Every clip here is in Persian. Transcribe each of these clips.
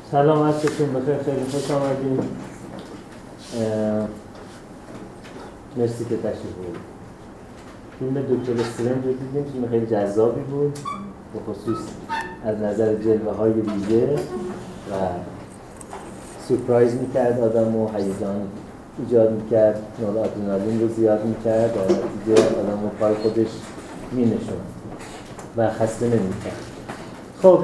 سلام عصرتون بخیر، خیلی خوش آمدین. مرسی که تشریف بردید. فیلم دکتر استرنج رو دیدیم، فیلم خیلی جذابی بود، به خصوص از نظر جلوه های ویژه و سورپرایز میکرد آدم و هیجان ایجاد میکرد، نورآدرنالین رو زیاد میکرد و نتیجه آدم رو پای خودش مینشوند و خسته نمیکرد. خب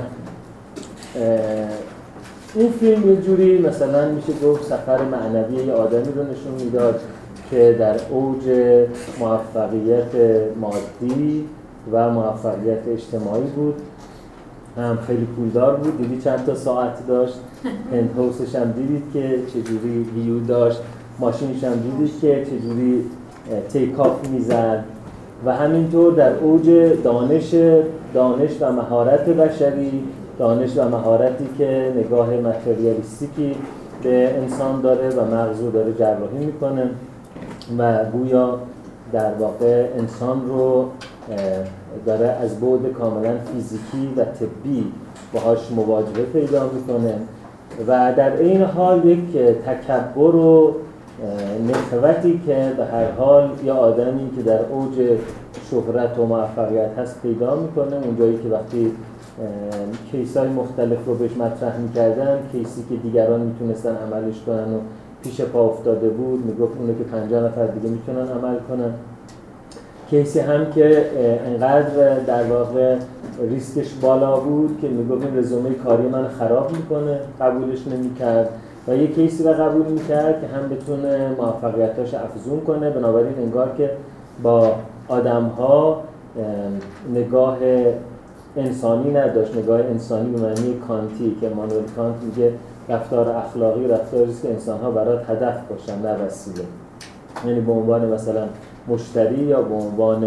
این فیلم یه جوری مثلا میشه گفت سفر معنوی یه آدمی رو نشون میداد که در اوج موفقیت مادی و موفقیت اجتماعی بود، هم خیلی پولدار بود، دیدی چند تا ساعت داشت، پنت‌هاوسش هم دیدید که چجوری ویو داشت، ماشینش هم دیدید که چجوری تیک آف میزد و همینطور در اوج دانش و مهارت بشری، دانش و مهارتی که نگاه متریالیستیکی به انسان داره و مغز رو داره جراحی میکنه و گویا در واقع انسان رو داره از بعد کاملا فیزیکی و طبی باهاش مواجهه پیدا میکنه و در این حال یک تکبر و نخوتی که به هر حال یا آدمی که در اوج شهرت و موفقیت هست پیدا میکنه، اونجایی که وقتی کیسای مختلف رو بهش مطرح میکردن، کیسی که دیگران میتونستن عملش کنن و پیش پا افتاده بود، میگفت اونه که 50 نفر دیگه میتونن عمل کنن. کیسی هم که انقدر در واقع ریسکش بالا بود که میگفت این رزومه کاری من خراب میکنه، قبولش نمیکرد و یک کیسی رو قبول میکرد که هم بتونه موفقیتاش افزون کنه. بنابراین انگار که با آدم‌ها نگاه انسانی نداشت، نگاه انسانی به معنی کانتی که مانوئل کانت میگه رفتار اخلاقی رفتاری است که انسان‌ها برات هدف باشن نه وسیله، یعنی به عنوان مثلا مشتری یا به عنوان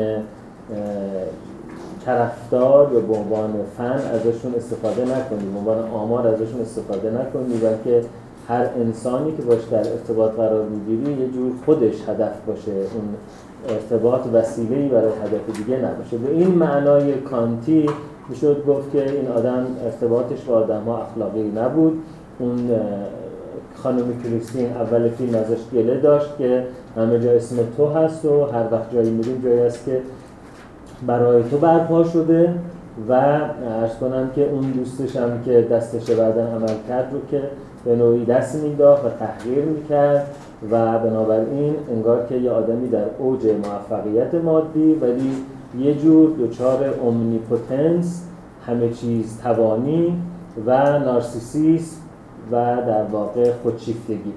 طرفدار یا به عنوان فن ازشون استفاده نکنی، به عنوان آمار ازشون استفاده نکنی، بلکه هر انسانی که باش در ارتباط قرار میگیری یه جور خودش هدف باشه، اون ارتباط وسیله‌ای برای هدف دیگه نباشه. به این معنای کانتی میشد گفت که این آدم ارتباطش با آدم‌ها اخلاقی نبود. اون خانم کریستین اول فیلم ازش گله داشت که همه جا اسم تو هست و هر وقت جایی میریم جایی هست که برای تو برپا شده و عرض کنم که اون دوستش هم که دستش بعداً عمل کرد رو که به نوعی دست مینداخت و تحقیر میکرد و بنابراین انگار که یه آدمی در اوج موفقیت مادی ولی یه جور دچار اومنیپوتنس، همه چیز توانی و نارسیسیسم و در واقع خودشیفتگی بود.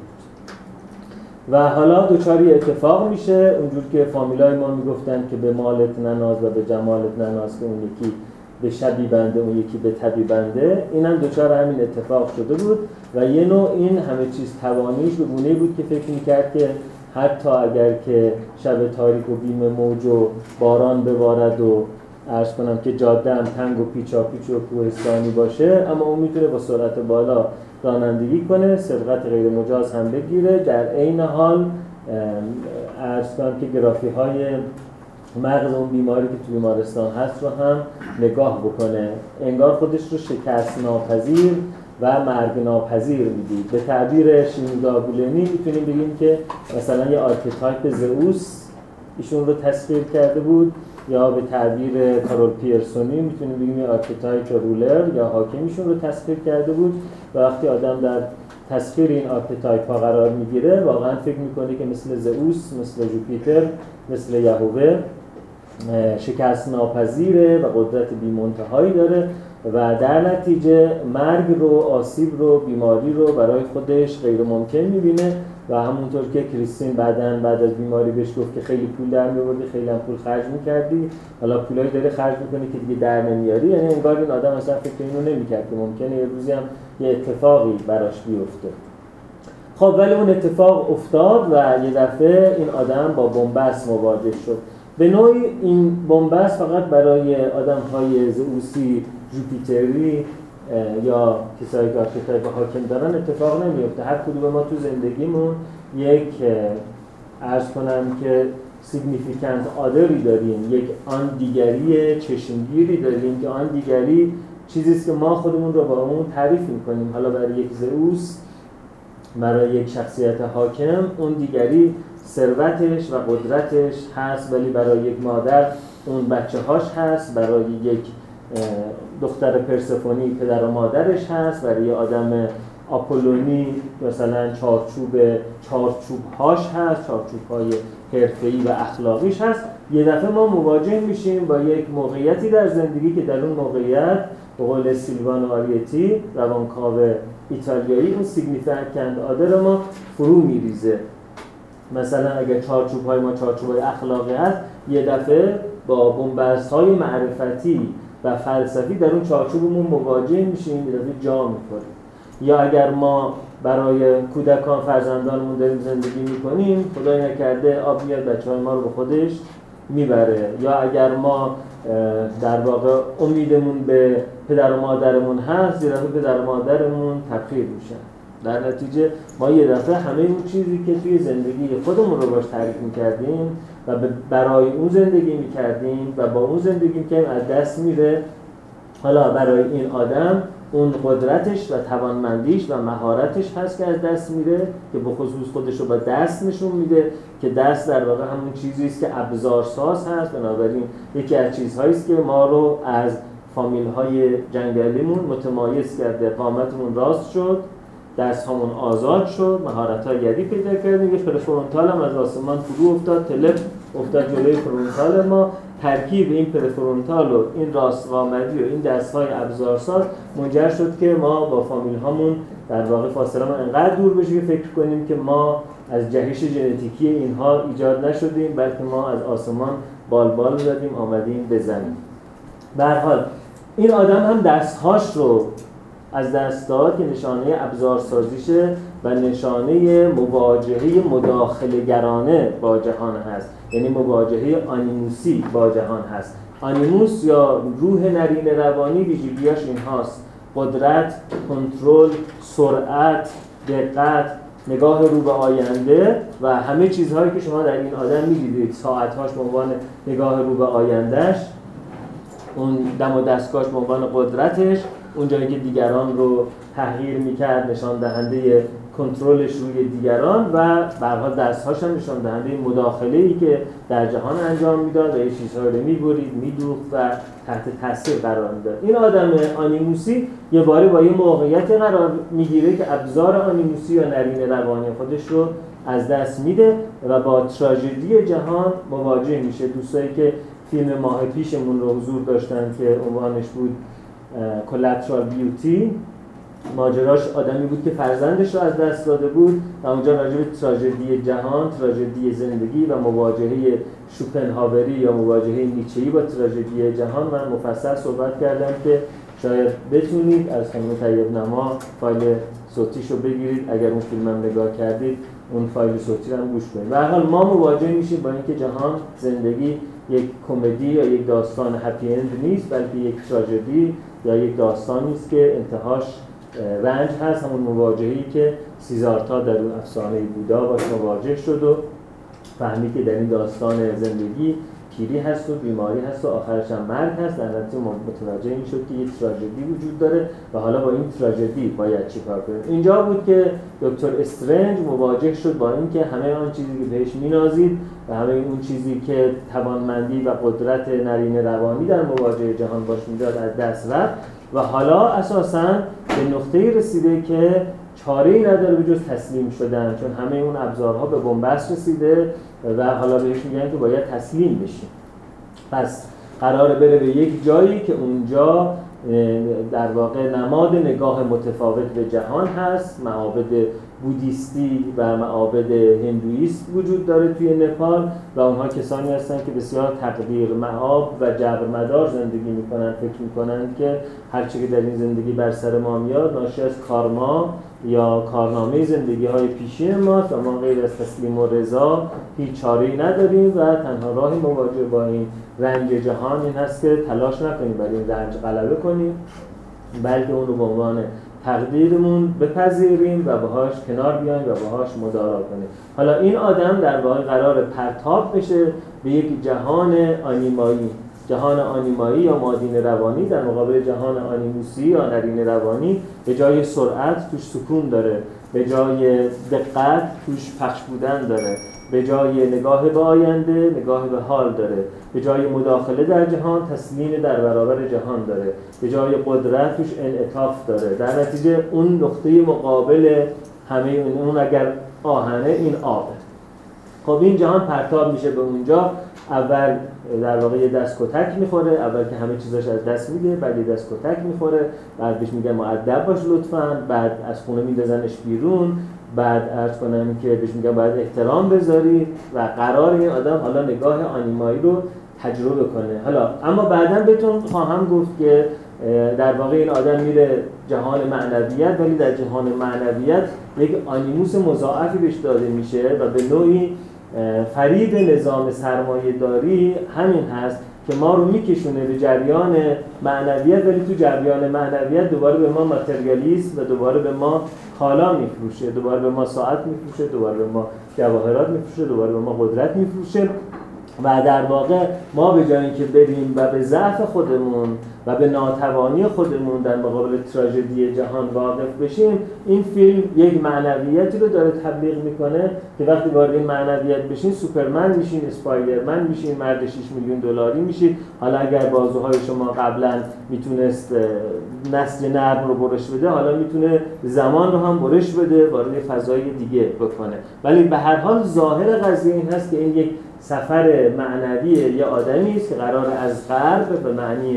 و حالا دچار اتفاق میشه، اونجور که فامیلای ما میگفتن که به مالت نناز و به جمالت نناز، که اون یکی به شبی بنده اون یکی به تبی بنده، اینم دچار همین اتفاق شده بود و یه نوع این همه چیز توانیش به گونه‌ای بود که فکر میکرد که حتی اگر که شب تاریک و بیم موج و باران ببارد و عرض کنم که جاده هم تنگ و پیچاپیچ و کوهستانی باشه، اما اون میتونه با سرعت بالا رانندگی کنه، سرعت غیر مجاز هم بگیره، در عین حال عرض کنم که گرافی های مغز اون بیماری که تو بیمارستان هست رو هم نگاه بکنه، انگار خودش رو شکست ناپذیر و مرگ ناپذیر میدید. به تعبیر شینودا بولینی میتونیم بگیم که مثلا یه آرکیتایپ زئوس ایشون رو تصویر کرده بود، یا به تعبیر کارول پیرسونی میتونیم بگیم یه آرکیتایپ رولر یا حاکمیشون رو تصویر کرده بود و وقتی آدم در تصویر این آرکیتایپ ها قرار میگیره واقعا فکر میکنه که مثل زئوس، مثل جوپیتر، مثل یهوه شکست ناپذیره و قدرت بی‌منتهایی داره و در نتیجه مرگ رو، آسیب رو، بیماری رو برای خودش غیر ممکن میبینه و همونطور که کریستین بعد از بیماری بهش گفت که خیلی پول در می‌آوردی، خیلی هم پول خرج می‌کردی، حالا پولایی داره خرج می‌کنی که دیگه در نمیاری، یعنی انگار این آدم اصلا فکر اینو نمی‌کرد که ممکنه یه روزی هم یه اتفاقی براش بیفته. خب ولی اون اتفاق افتاد و یه دفعه این آدم با بن‌بست مواجه شد. به نوعی این بن‌بست فقط برای آدم‌های زئوسی، جوپیتری یا کسایی که آرکیتایپ حاکم دارن اتفاق نمیفته. هر کدوم ما تو زندگیمون یک عرض کنم که سیگنیفیکانت آدری داریم، یک آن دیگری چشمگیری داریم که آن دیگری چیزیست که ما خودمون رو با اون تعریف میکنیم. حالا برای یک زئوس، برای یک شخصیت حاکم، اون دیگری ثروتش و قدرتش هست، ولی برای یک مادر اون بچه هاش هست، برای یک دختر پرسفونی پدر و مادرش هست، برای آدم آپولونی مثلا چارچوب هاش هست، چارچوب های حرفه‌ای و اخلاقیش هست. یه دفعه ما مواجه میشیم با یک موقعیتی در زندگی که در اون موقعیت به قول سیلوانو آریتی، روانکاو ایتالیایی، اون سیگنیفیکانت آدر ما فرو میریزه. مثلا اگر چارچوب‌های ما چارچوب‌های اخلاقی هست، یه دفعه با بن‌بست‌های معرفتی و فلسفی در اون چارچوبمون مواجه میشیم، یه دفعه جا می‌خوریم. یا اگر ما برای کودکان فرزندانمون داریم زندگی می‌کنیم، خدای نکرده آب میاد بچه‌های ما رو به خودش میبره. یا اگر ما در واقع امیدمون به پدر و مادرمون هست، یه دفعه پدر و مادرمون تبخیر میشن. در نتیجه ما یه دفعه همه اون چیزی که توی زندگی خودمون رو باش تعریف میکردیم و برای اون زندگی میکردیم و با اون زندگی میکردیم از دست میره. حالا برای این آدم اون قدرتش و توانمندیش و مهارتش هست که از دست میره، که به خصوص خودش رو با دست نشون میده، که دست در واقع همون چیزی است که ابزارساز هست. بنابراین یکی از چیزهایی است که ما رو از فامیل‌های جنگلیمون متمایز کرده. قامتمون راست شد، دست‌هامون آزاد شد، مهارت‌های یدی پیدا کردیم. یه پرفرونتال هم از آسمان فرو افتاد، تلپ افتاد جلوی فرونتال ما. ترکیب این پرفرونتال و این راست‌قامتی و این دست‌های ابزارساز منجر شد که ما با فامیل‌هامون در واقع فاصله ما انقدر دور بشه که فکر کنیم که ما از جهش ژنتیکی اینها ایجاد نشدیم، بلکه ما از آسمان بالبال زدیم آمدیم بزنیم. به هر حال این آدم هم دست‌هاش رو از دست داد که نشانه ابزارسازیشه و نشانه مواجهه مداخله‌گرانه با جهان هست، یعنی مواجهه آنیموسی با جهان هست. آنیموس یا روح نرین روانی ویژگیاش این هاست: قدرت، کنترل، سرعت، دقت، نگاه رو به آینده و همه چیزهایی که شما در این آدم می‌دیدید. ساعت‌هاش به عنوان نگاه رو به آیندهش، اون دم و دستگاهش به عنوان قدرتش، اون جایی که دیگران رو تحقیر می‌کرد نشان دهنده کنترلش روی دیگران و به هر حال دست‌هاش هم نشان دهنده مداخله‌ای که در جهان انجام میداد و یه چیزهایی رو می‌برید، می‌دوخت و تحت تاثیر قرار میداد. این آدم آنیموسی یه باره با یه موقعیت قرار میگیره که ابزار آنیموسی یا نرین روانی خودش رو از دست میده و با تراژدی جهان مواجه میشه. دوستایی که فیلم ماه پیشمون رو حضور داشتن که عنوانش بود کلاترال بیوتی، ماجراش آدمی بود که فرزندش رو از دست داده بود و اونجا راجع به تراژدی جهان، تراژدی زندگی و مواجهه شوپنهاوری یا مواجهه نیچه‌ای با تراژدی جهان من مفصل صحبت کردم که شاید بتونید از خانم طیب نما فایل صوتیشو بگیرید. اگر اون فیلم هم نگاه کردید اون فایل صوتی رو هم گوش کنید. به هر حال ما مواجه میشیم با اینکه جهان، زندگی یک کمدی یا یک داستان هپی اند نیست، بلکه یک تراژدی یا یک داستانی است که انتهاش رنج هست. همون مواجهه‌ای که سیزارتا در اون افسانه بودا باش مواجه شد و فهمید که در این داستان زندگی پیری هست و بیماری هست و آخرش هم مرگ هست. در نتیجه متوجه این شد که یک تراژدی وجود داره و حالا با این تراژدی باید چیکار کنیم. اینجا بود که دکتر استرنج مواجه شد با این که همه آن چیزی که بهش می‌نازید و همه اون چیزی که توانمندی و قدرت نرین روانی در مواجهه جهان باش میداد از دست رفت و حالا اساساً به نقطه‌ای رسیده که چاره‌ای نداره به جز تسلیم شدن، چون همه اون ابزارها به بنبست رسیده و حالا بهش میگن که باید تسلیم بشیم. پس قراره بره به یک جایی که اونجا در واقع نماد نگاه متفاوت به جهان هست. معابد بودیستی و معابد هندویست وجود داره توی نپال و اونها کسانی هستن که بسیار تقدیر مآب و جبر مدار زندگی میکنن. فکر میکنن که هر چی که در این زندگی بر سر ما میاد ناشی از کارما یا کارنامه زندگی های پیشین ماست و ما غیر از تسلیم و رضا هیچ چاره‌ای نداریم و تنها راهی مواجهه با این رنج جهان این هست که تلاش نکنیم برای این رنج غلبه کنیم، بلکه اون رو به عنوان تقدیرمون بپذیریم و باهاش کنار بیایم و باهاش مدارا کنیم. حالا این آدم در واقع قرار پرتاب بشه به یک جهان آنیمایی، جهان آنیمایی یا مادین روانی در مقابل جهان آنیموسی یا نرین روانی به جای سرعت توش سکون داره، به جای دقت توش پخش بودن داره، به جای نگاه به آینده نگاه به حال داره، به جای مداخله در جهان تسلیم در برابر جهان داره، به جای قدرت توش انعطاف داره. در نتیجه اون نقطه مقابل همه اون اگر آهنه این آبه. خب این جهان پرتاب میشه به اونجا، اول در واقع یه دست کتک میخوره، اول که همه چیزاش از دست میده، بعد یه دست کتک میخوره، بعد بهش میگن مؤدب باش لطفاً، بعد از خونه میندازنش بیرون، بعد عرض کنم که بهش میگن باید احترام بذاری و قرار این آدم حالا نگاه آنیمایی رو تجربه کنه. حالا اما بعداً بهتون خواهم گفت که در واقع این آدم میره جهان معنویت، ولی در جهان معنویت یک آنیموس مضاعفی بهش داده میشه و به نوعی فرید نظام سرمایه‌داری همین هست که ما رو میکشونه به جریان معنویت، ولی تو جریان معنویت دوباره به ما ماتریالیسم و دوباره به ما کالا میفروشه، دوباره به ما ساعت میفروشه، دوباره به ما جواهرات میفروشه، دوباره به ما قدرت میفروشه و در واقع ما به جای اینکه بریم و به ضعف خودمون و به ناتوانی خودمون در مقابل تراژدی جهان واقف بشیم، این فیلم یک معنویتی رو داره تبلیغ میکنه که وقتی وارد این معنویت بشین سوپرمن میشین، اسپایدرمن میشین، مرد 6 میلیون دلاری میشین. حالا اگر بازوهای شما قبلا میتونست نسج نرم رو برش بده، حالا میتونه زمان رو هم برش بده، وارد فضای دیگه بکنه. ولی به هر حال ظاهر قضیه این هست که این یک سفر معنوی یه آدمی است که قرار از غرب به معنی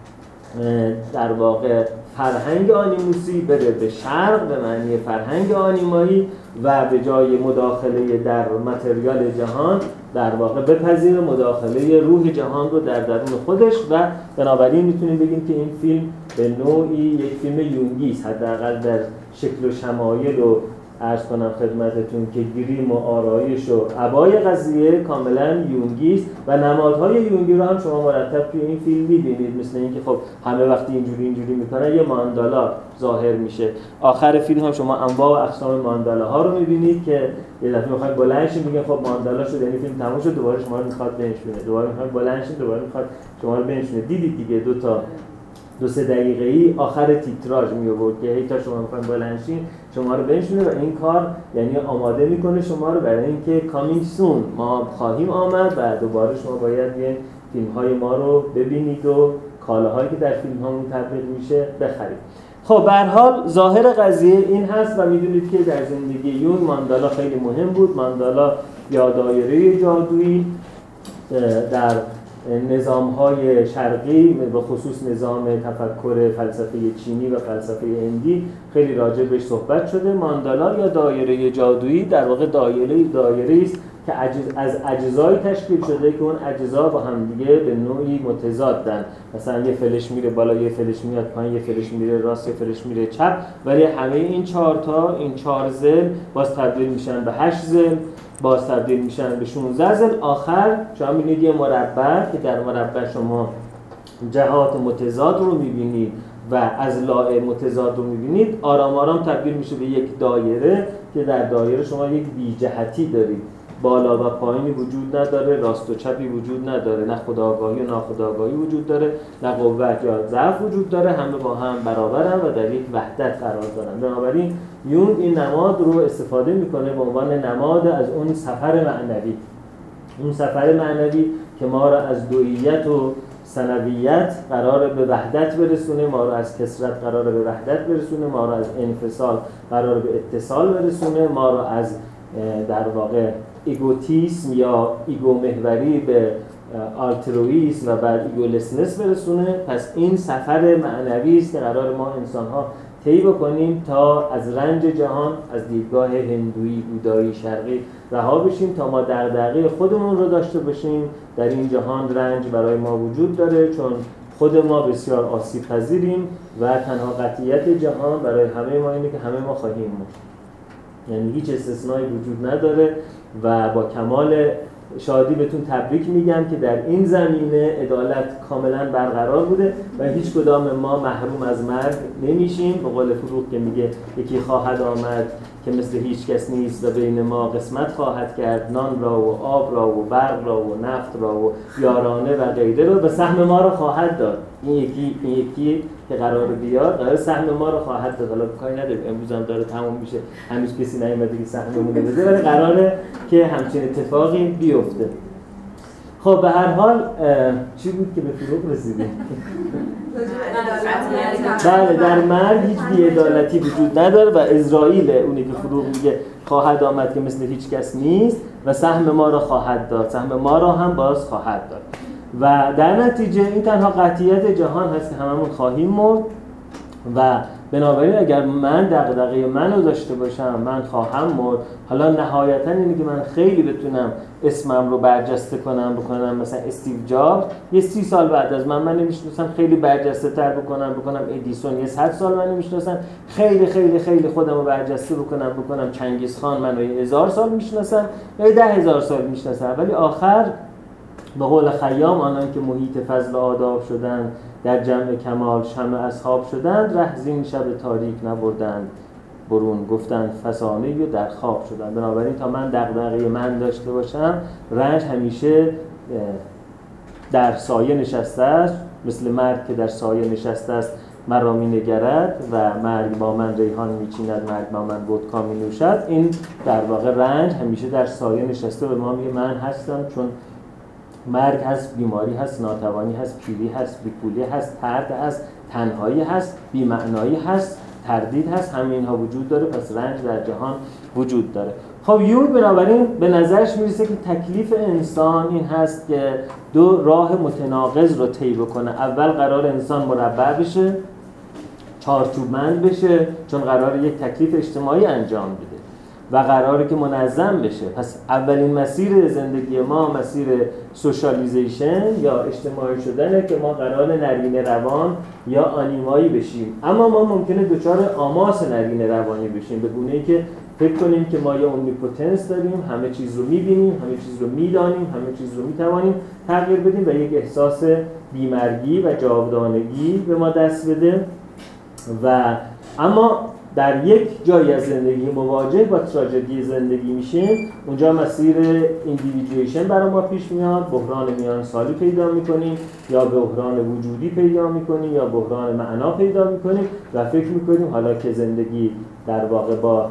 در واقع فرهنگ آنیموسی بره به شرق به معنی فرهنگ آنیمایی و به جای مداخله در متریال جهان در واقع بپذیر مداخله روح جهان رو در درون خودش و بنابراین میتونیم بگیم که این فیلم به نوعی یک فیلم یونگی است، حداقل در شکل و شمایل و عرض کنم خدمتتون که گریم و آرایش و عبای قضیه کاملا یونگی است و نمادهای یونگی رو هم شما مرتب توی این فیلم می‌بینید، مثل اینکه خب همه وقتی اینجوری میکنن یه ماندالا ظاهر میشه. آخر فیلم هم شما انواع و اقسام ماندالاها رو می‌بینید که یه دفعه می‌خواد بلند شه میگه خب ماندالا شد، یعنی فیلم تموم شد، دوباره شما رو می‌خواد بنشونه، دوباره می‌خواد بلند شه، دوباره می‌خواد شما رو بنشونه. دیدید دیگه 2-3 دقیقه‌ای آخر تیتراژ می‌آورد که هی تا شما می‌خواید بلند شین شما رو بنشونه و این کار یعنی آماده می‌کنه شما رو برای اینکه کامینگ سون ما خواهیم آمد و دوباره شما باید یه فیلم‌های ما رو ببینید و کالاهایی که در فیلم‌هامون تبلیغ میشه بخرید. خب به هر حال ظاهر قضیه این هست و می‌دونید که در زندگی یونگ ماندالا خیلی مهم بود. ماندالا یا دایره جادویی در نظام‌های شرقی به خصوص نظام تفکر فلسفه چینی و فلسفه هندی خیلی راجع بهش صحبت شده. ماندالا یا دایره جادویی در واقع دایره است که از اجزای تشکیل شده که اون اجزا با هم دیگه به نوعی متضادن. مثلا یه فلش میره بالا، یه فلش میاد پایین، یه فلش میره راست، یه فلش میره چپ، ولی همه این 4 ضلع باز تبدیل میشن به 8 ضلع، باز تبدیل میشن به 16 ضلع. آخر شما میبینید یه مربع که در مربع شما جهات متضاد رو میبینید و اضلاع متضاد رو میبینید، آرام آرام تبدیل میشه به یک دایره که در دایره شما یک بی‌جهتی دارید، بالا و پایینی وجود نداره، راست و چپی وجود نداره، نه خودآگاهی و ناخودآگاهی وجود داره، نه قوت یا ضعف وجود داره، همه با هم برابرن و در یک وحدت قرار دارن. بنابراین یونگ این نماد رو استفاده میکنه به عنوان نماد از اون سفر معنوی، اون سفر معنوی که ما را از دوئیت و ثنویت قرار به وحدت برسونه، ما رو از کثرت قرار به وحدت برسونه، ما رو از انفصال قرار به اتصال برسونه، ما رو از در واقع ایگوتیسم یا ایگو محوری به آلترویسم و بعد ایگولسنس برسونه. پس این سفر معنوی است که قرار ما انسان‌ها طی بکنیم تا از رنج جهان از دیدگاه هندویی، بودایی، شرقی رها بشیم، تا ما دغدغه خودمون رو داشته باشیم. در این جهان رنج برای ما وجود داره چون خود ما بسیار آسیب پذیریم و تنها قطعیت جهان برای همه ما اینه که همه ما خواهیم مرد، یعنی هیچ استثنایی وجود نداره و با کمال شادی بهتون تبریک میگم که در این زمینه عدالت کاملا برقرار بوده و هیچ کدام ما محروم از مرگ نمیشیم. به قول فروغ که میگه یکی خواهد آمد که مثل هیچ کس نیست و بین ما قسمت خواهد کرد، نان را و آب را و برق را و نفت را و یارانه و غیره را به سهم ما را خواهد داد. این یکی که قرار بیاد قرار سهم ما را خواهد داد. حالا کاری نداریم امروز هم داره تموم میشه، هنوز کسی نیومده که سهممون رو بده، ولی قراره که همچین اتفاقی بیفته. خب به هر حال چی بود که به فروغ رسیدیم؟ بله، در مرگ هیچ بی‌عدالتی وجود نداره و اسرائیل اونی که فروغ میگه خواهد آمد که مثل هیچ کس نیست و سهم ما را خواهد داد، سهم ما را هم باز خواهد داد و در نتیجه این تنها قطعیت جهان هست که هممون خواهیم مرد و بنابراین اگر من دغدغه منو داشته باشم من خواهم مرد. حالا نهایتا اینه که من خیلی بتونم اسمم رو برجسته بکنم مثلا استیو جابز یه 30 سال بعد از من نمیشناسم، خیلی برجسته تر بکنم ادیسون یه 100 سال من نمیشناسم، خیلی خیلی خیلی خودم رو برجسته بکنم چنگیز خان منو 1000 سال میشناسم یا 10,000 سال میشناسم، ولی آخر به قول خیام آنان که محیط فضل آداب شدند در جمع کمال شمع اصحاب شدند، ره زین شب تاریک نبردند برون گفتند فسانه و در خواب شدند. بنابراین تا من دغدغه من داشته باشم رنج همیشه در سایه نشسته است، مثل مرگ که در سایه نشسته است مرا می نگرد و مرگ با من ریحان می چیند، مرگ با من ودکا می نوشد. این در واقع رنج همیشه در سایه نشسته و ما میگه من هستم، چون مرگ هست، بیماری هست، ناتوانی هست، پیری هست، بیپولی هست، ترد هست، تنهایی هست، بی‌معنایی هست، تردید هست، همه اینها وجود داره. پس رنج در جهان وجود داره. خب یونگ بنابراین به نظرش میرسه که تکلیف انسان این هست که دو راه متناقض رو طی بکنه. اول قرار انسان مربع بشه، چارچوبمند بشه، چون قراره یک تکلیف اجتماعی انجام بده و قراره که منظم بشه. پس اولین مسیر زندگی ما مسیر سوشالیزیشن یا اجتماعی شدنه که ما قراره نرینه روان یا آنیمایی بشیم، اما ما ممکنه دچار آماس نرینه روانی بشیم به گونه‌ای که فکر کنیم که ما یه اومنیپوتنس داریم، همه چیز رو می‌بینیم، همه چیز رو می‌دانیم، همه چیز رو می‌توانیم تغییر بدیم و یک احساس بیمرگی و جاودانگی به ما دست بده. و اما در یک جایی از زندگی مواجه با تراژدی زندگی میشیم، اونجا مسیر ایندیویدویشن برای ما پیش میاد، بحران میان سالی پیدا میکنیم یا بحران وجودی پیدا میکنیم یا بحران معنا پیدا میکنیم و فکر میکنیم حالا که زندگی در واقع با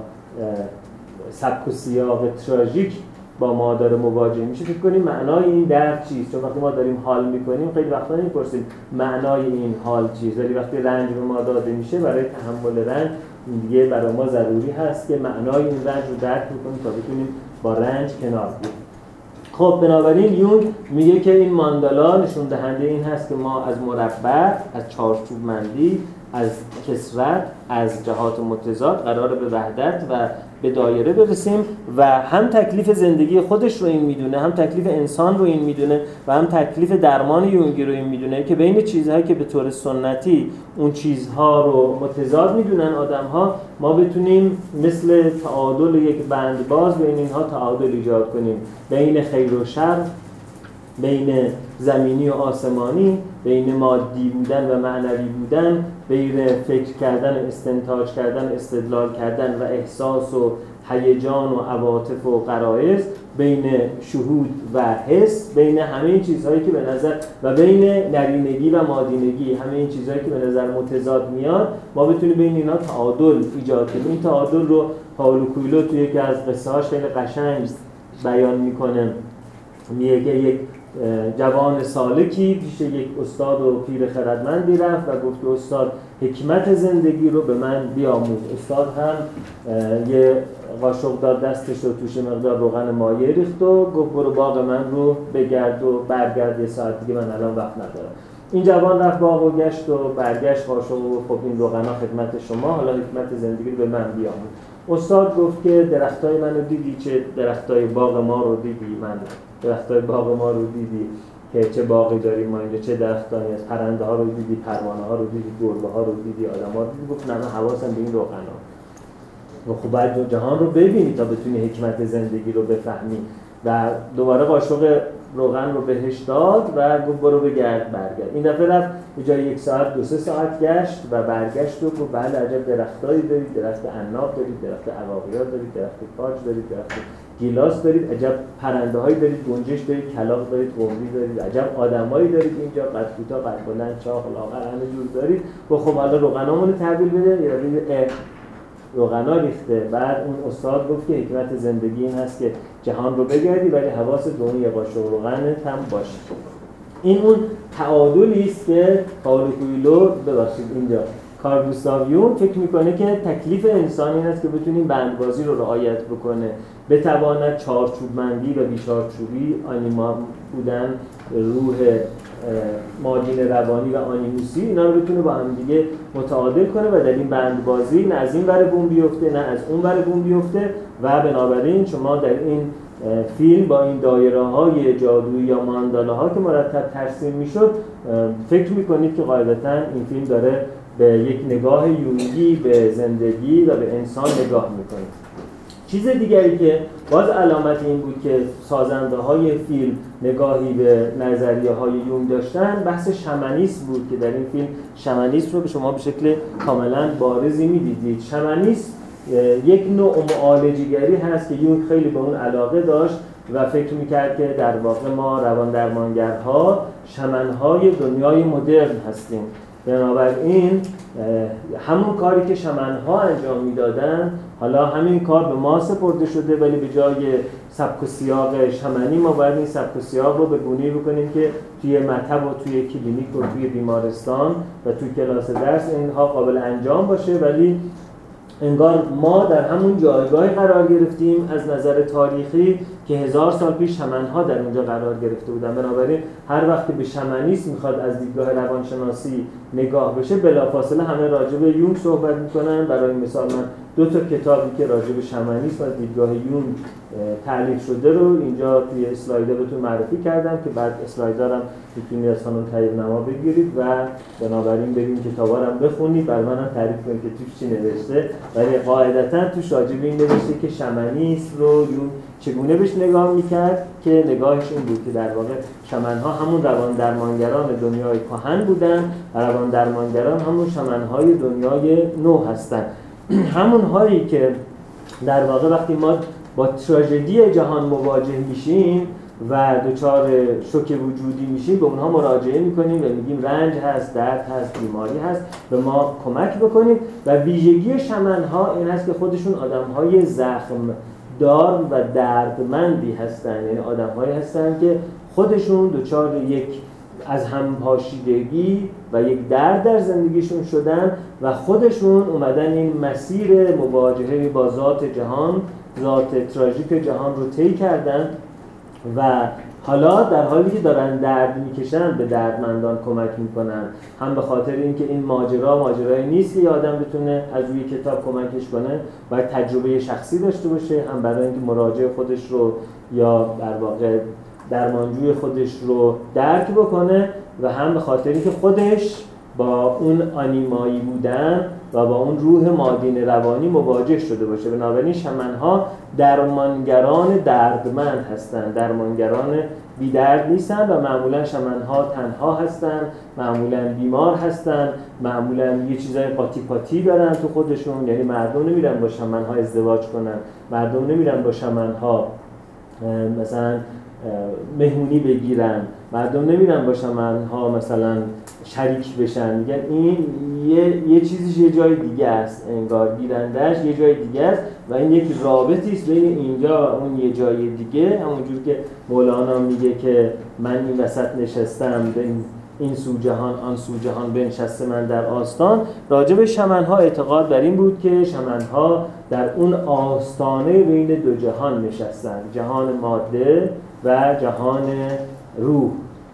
سبک و سیاق تراژیک با ما داره مواجه میشه، فکر کنیم معنای این درد چیست. چون وقتی ما داریم حال میکنیم خیلی وقتا نمیپرسیم معنای این حال چیست، ولی وقتی رنج به ما داده میشه برای تحمل رنج دیگه برای ما ضروری هست که معنای این رنج رو درک بکنیم تا بتونیم با رنج کنار بیاییم. خب بنابراین یونگ میگه که این ماندالا نشون دهنده این هست که ما از مربع، از چارچوبمندی، از کثرت، از جهات متضاد قراره به وحدت و به دایره برسیم و هم تکلیف زندگی خودش رو این میدونه، هم تکلیف انسان رو این میدونه و هم تکلیف درمان یونگی رو این میدونه که بین چیزهایی که به طور سنتی اون چیزها رو متضاد میدونن آدم‌ها، ما بتونیم مثل تعادل یک بندباز بین اینها تعادل ایجاد کنیم، بین خیر و شر، بین زمینی و آسمانی، بین مادی بودن و معنوی بودن، بین فکر کردن، استنتاج کردن، استدلال کردن و احساس و هیجان و عواطف و غرایز، بین شهود و حس، بین همه این چیزهایی که به نظر و بین نرینگی و مادینگی، همه این چیزهایی که به نظر متضاد میاد، ما بتونیم بین اینا تعادل ایجاد کنیم. این تعادل رو پائولو کوئلو توی یکی از قصه‌هاش خیلی قشنگ بیان میکنه. میگه که یک جوان سالکی پیش یک استاد و پیر خردمندی رفت و گفت استاد حکمت زندگی رو به من بیاموز. استاد هم یه قاشق داد دستش و توش مقدار روغن مایع ریخت و گفت برو باغ من رو بگرد و برگرد، یه ساعت دیگه من الان وقت ندارم. این جوان رفت باغ و گشت و برگشت قاشق و خب این روغنا خدمت شما، حالا حکمت زندگی رو به من بیاموز. استاد گفت که درختای منو دیدی، چه درختای باغ ما رو دیدی؟ من درختای باغ ما رو دیدی که چه باغی داریم ما اینجا، چه درختانی از پرنده ها رو دیدی، پروانه ها رو دیدی، گربه ها رو دیدی، آدم ها رو دیدی؟ گفت نه من حواسم به این روغنا. و خب باید جهان رو ببینی تا بتونی حکمت زندگی رو بفهمی. و دوباره قاشق روغن رو بهش داد و گفت برو بگرد برگرد. این دفعه رفت به جای 1 ساعت 2-3 ساعت گشت و برگشت و گفت بله عجب درختایی دارید، درخت عناب دارید، درخت عقاقیا دارید، درخت کاج دارید، درخت گیلاس دارید، عجب پرنده‌هایی دارید، گنجش دارید، کلاغ دارید، قمری دارید، عجب آدمایی دارید اینجا، قد کوتاه، قد بلند، چاق، لاغر، همه جور دارید. گفت خب حالا روغنامون رو تحویل بده. یا روغنا ریخته. بعد اون استاد گفت که حکمت زندگی این هست که جهان رو بگردی ولی حواست به اون یه قاشق روغنت هم باشه. این اون تعادلی است که پائولو کوئلو اینجا کارل گوستاو یونگ فکر میکنه که تکلیف انسان این است که بتونیم بندبازی رو رعایت بکنه، بتواند چارچوبمندی و بیچارچوبی، آنیما بودن، روح مادین روانی و آنیموسی، اینا رو بتونه با هم دیگه متعادل کنه و در این بندبازی نه از این ور بوم بیفته نه از اون ور بوم بیفته. و بنابراین شما در این فیلم با این دایره‌های جادویی یا ماندالاها که مرتب ترسیم میشد فکر میکنید که قاعدتاً این فیلم داره به یک نگاه یونگی به زندگی و به انسان نگاه میکنه. چیز دیگری که باز علامت این بود که سازنده‌های فیلم نگاهی به نظریه‌های یونگ داشتن، بحث شمنیسم بود که در این فیلم شمنیسم رو به شما به شکل کاملا بارزی می‌دیدید. شمنیسم یک نوع معالجه‌گری هست که یونگ خیلی به اون علاقه داشت و فکر می‌کرد که در واقع ما روان درمانگرها شمن‌های دنیای مدرن هستیم. بنابراین همون کاری که شمن‌ها انجام میدادن حالا همین کار به ما سپرده شده، ولی به جای سبک و سیاق شمنی ما باید این سبک و سیاق رو به گونه‌ای بکنیم که توی مطب و توی کلینیک و توی بیمارستان و توی کلاس درس اینها قابل انجام باشه. ولی انگار ما در همون جایگاهی قرار گرفتیم از نظر تاریخی که 1000 سال پیش شمن‌ها در اونجا قرار گرفته بودن. بنابراین هر وقت به شمنیسم میخواد از دیدگاه روانشناسی نگاه بشه بلافاصله همه راجع به یونگ صحبت میکنن. برای مثال من 2 کتابی که راجع به شمنیسم از دیدگاه یونگ تألیف شده رو اینجا توی اسلایدها بهتون معرفی کردم که بعد اسلایدها رو میتونید از خانم تاییدنما بگیرید و بنابراین بریم کتابا رو بخونید، برای منم تعریف کنید که توش چی نوشته. ولی قاعدتاً توش راجع به این نوشته که شمنیسم رو یونگ چگونه بهش نگاه میکرد که نگاهش این بود که در واقع شمن‌ها همون روان درمانگران دنیای کهن بودن و روان درمانگران همون شمن‌های دنیای نو هستن. همون هایی که در واقع وقتی ما با تراژدی جهان مواجه میشیم و دچار شوک وجودی میشیم به اونها مراجعه میکنیم و میگیم رنج هست، درد هست، بیماری هست، به ما کمک بکنید. و ویژگی شمن‌ها این هست که خودشون آدم‌های زخم دار و دردمندی هستن، یعنی آدم‌هایی هستن که خودشون دچار یک از هم پاشیدگی و یک درد در زندگیشون شدن و خودشون اومدن این مسیر مواجهه با ذات جهان، ذات تراژیک جهان رو طی کردن و حالا در حالی که دارن درد میکشن به دردمندان کمک میکنن. هم به خاطر اینکه این ماجرایی نیست که آدم بتونه از روی کتاب کمکش کنه، باید تجربه شخصی داشته باشه، هم برای اینکه مراجع خودش رو یا در واقع درمانجوی خودش رو درک بکنه و هم به خاطر اینکه خودش با اون آنیمایی بودن و با اون روح مادین روانی مواجه شده باشه. بنابراین شمن‌ها درمانگران دردمند هستند، درمانگران بی درد نیستن و معمولا شمن‌ها تنها هستن، معمولا بیمار هستن، معمولا یه چیزای قاطی دارن تو خودشون. یعنی مردم نمیرن با شمن‌ها ازدواج کنن، مردم نمیرن با شمن‌ها مثلا مهمونی بگیرن، مردم نمیرن با شمن‌ها مثلا شریک بشن. میگن این یه چیزیش یه جای دیگه است، انگار گیرندش یه جای دیگه است و این یک رابطی است بین اینجا و اون یه جای دیگه. همونجور که مولانا میگه که من این وسط نشستم این سو جهان آن سو جهان بنشسته من در آستان. راجع به شمن‌ها اعتقاد بر این بود که شمن‌ها در اون آستانه بین دو جهان نشستن، جهان ماده و جهان روح،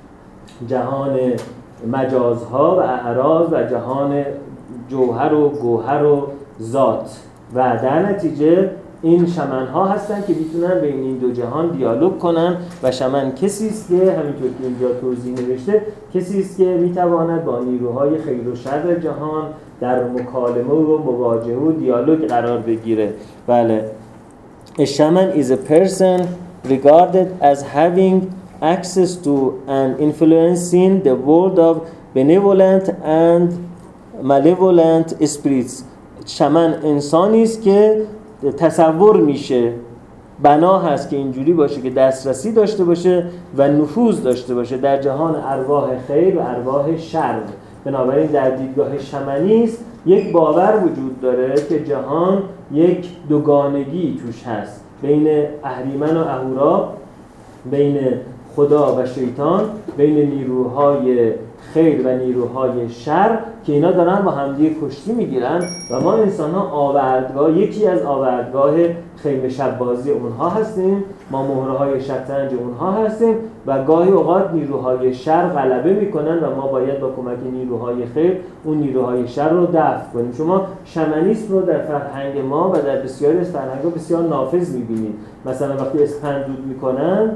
جهان مجازها و اعراض و جهان جوهر و گوهر و ذات. و در نتیجه این شمن‌ها هستن که میتونن بین این دو جهان دیالوگ کنن و شمن کسی است که همینطور که اینجا توضیح نوشته کسی است که میتواند با نیروهای خیر و شر جهان در مکالمه و مواجهه و دیالوگ قرار بگیره. بله. A shaman is a person regarded as having access to and influencing the world of benevolent and malevolent spirits. شمن انسانی است که تصور میشه، بنا هست که اینجوری باشه که دسترسی داشته باشه و نفوذ داشته باشه در جهان ارواح خیر و ارواح شر. بنابراین در دیدگاه شمنیست یک باور وجود داره که جهان یک دوگانگی توش هست بین اهریمن و اهورا، بین خدا و شیطان، بین نیروهای خیر و نیروهای شر که اینا دارن با همدیگه کشتی میگیرن و ما انسان‌ها آوردگاه، یکی از آوردگاه خیمه شب بازی اونها هستیم، ما مهره‌های شطرنج اونها هستیم و گاهی اوقات نیروهای شر غلبه میکنن و ما باید با کمک نیروهای خیر اون نیروهای شر رو دفع کنیم. شما شمنیسم رو در فرهنگ ما و در بسیاری از فرهنگ‌ها بسیار نافذ میبینید. مثلا وقتی اسپند دود میکنن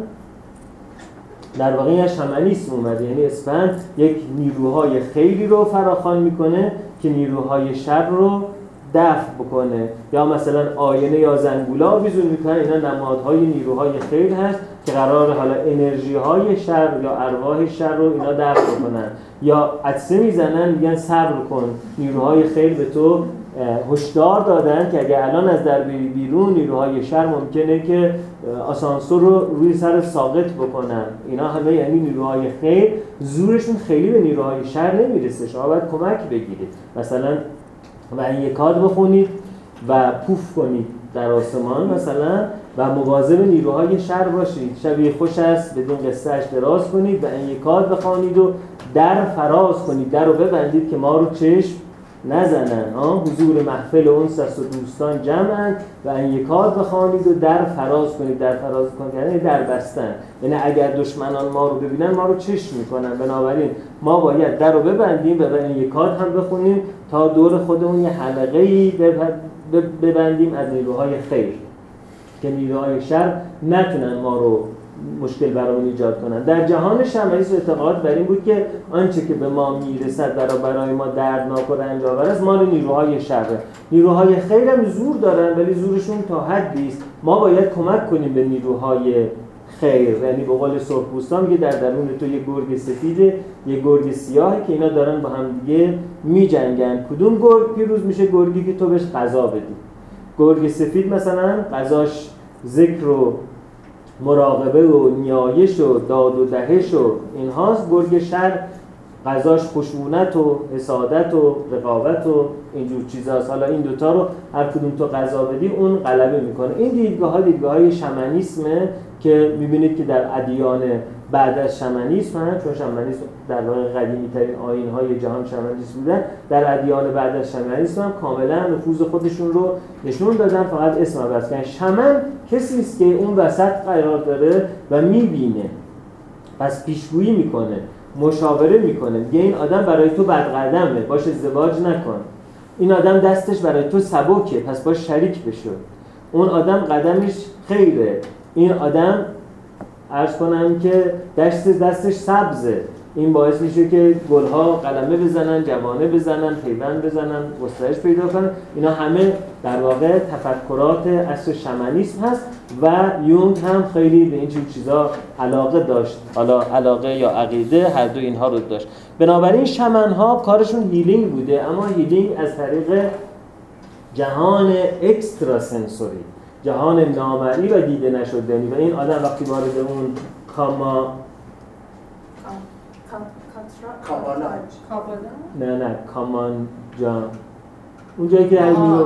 در واقع این شمنیسم اومده، یعنی اسپند یک نیروهای خیری رو فراخوان میکنه که نیروهای شر رو دفع بکنه. یا مثلا آینه یا زنگولا آویزون میکنن، اینا نمادهای نیروهای خیر هست که قرار حالا انرژی های شر یا ارواح شر رو اینا دفع بکنن. یا عدسه میزنن میگن صبر کن، نیروهای خیر به تو هشدار دادن که اگه الان از در بری بیرون نیروهای شر ممکنه که آسانسور رو روی سر ساقط بکنن. اینا همه یعنی نیروهای خیر زورشون خیلی به نیروهای شر نمیرسه، شما باید کمک بگیرید. مثلا و این یکاد بخونید و پوف کنید در آسمان مثلا و مواظب نیروهای شر باشید. شبیه خوش است بدون قصه اش دراز کنید و این یکاد بخوانید و در فراز کنید، در رو ببندید که ما رو چشم نزنن. حضور محفل اونس است و دوستان جمعند و این یکاد بخوانید و در فراز کنید. در فراز کنید یعنی در بستن، یعنی اگر دشمنان ما رو ببینن ما رو چشم میکنن. بنابراین ما باید در رو ببندیم و این یکاد هم بخونیم تا دور خودمون یه حلقه‌ای ببندیم از نیروهای خیر که نیروهای شر نتونن ما رو مشکل برامون ایجاد کنن. در جهان شمعیسم اعتقاد بر این بود که آنچه که به ما میرسد برای ما دردناک و رنج‌آور است مال نیروهای شره. نیروهای خیر هم زور دارن ولی زورشون تا حدی است. ما باید کمک کنیم به نیروهای خیر. یعنی به قول سرخپوستان میگه در درون تو یه گرگ سفیده یه گرگ سیاهه که اینا دارن با هم دیگه میجنگن. کدوم گرگ پیروز میشه؟ گرگی که تو بهش غذا بدی. گرگ سفید مثلا غذاش ذکر و مراقبه و نیایش و داد و دهش و اینهاست. گرگ شر غذاش خشونت و حسادت و رقابت و اینجور چیزاست. حالا این دوتا رو هر کدوم تو غذا بدی اون غلبه میکنه. این دیدگاه‌های شمنیسمه که میبینید که در ادیان بعد از شمنیسم هست، چون شمنیسم در واقع قدیمی ترین آیین‌های جهان شمنیسم بودن. در ادیان بعد از شمنیسم هم کاملا نفوذ خودشون رو نشون دادن، فقط اسم عوض کردن. شمن کسی است که اون وسط قرار داره و میبینه، پس پیشگویی میکنه، مشاوره میکنه، میگه این آدم برای تو بدقدمه باش ازدواج نکن، این آدم دستش برای تو سبکه پس باش شریک بشو، اون آدم قدمش خیره، این آدم عرض کنم که دستش سبزه، این باعث میشه که گلها قلمه بزنن، جوانه بزنن، پیوند بزنن، گسترش پیدا کنن. اینا همه در واقع تفکرات اصل شمنیسم هست و یونگ هم خیلی به این چیزا علاقه داشت. حالا علاقه یا عقیده هر دو اینها رو داشت. بنابراین شمنها کارشون هیلینگ بوده، اما هیلینگ از طریق جهان اکسترا سنسوری، جهان نامرئی و دیده نشدنی. و این آدم وقتی وارد اون نه کامان جان اون جایی که در میو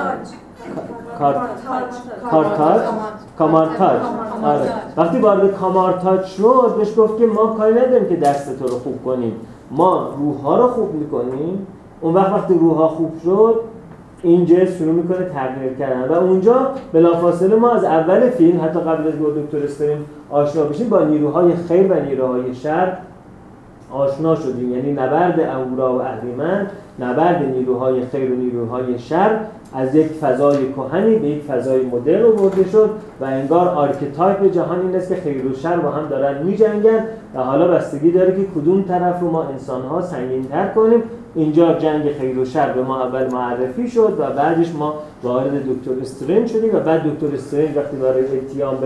کامارتاج وقتی وارد کامارتاج شد بهش گفت که ما کاری نداریم که دست تو رو خوب کنیم، ما روح‌ها رو خوب میکنیم. اون وقتی روح‌ها خوب شد این جنس شروع میکنه تغییر کردن و اونجا بلافاصله ما از اول فیلم حتی قبل از دکتر استرین آشنا بشیم با نیروهای خیر و نیروهای شر آشنا شدیم. یعنی نبرد اهورا و اهریمن، نبرد نیروهای خیر و نیروهای شر از یک فضای کهنی به یک فضای مدرن برده شد و انگار آرکیتایپ جهان این است که خیر و شر با هم دارن میجنگن و حالا بستگی داره که کدوم طرف رو ما انسان‌ها سنگین‌تر کنیم. اینجا جنگ خیر و شر به ما اول معرفی شد و بعدش ما وارد دکتر استرین شدیم و بعد دکتر استرین وقتی وارد التیام به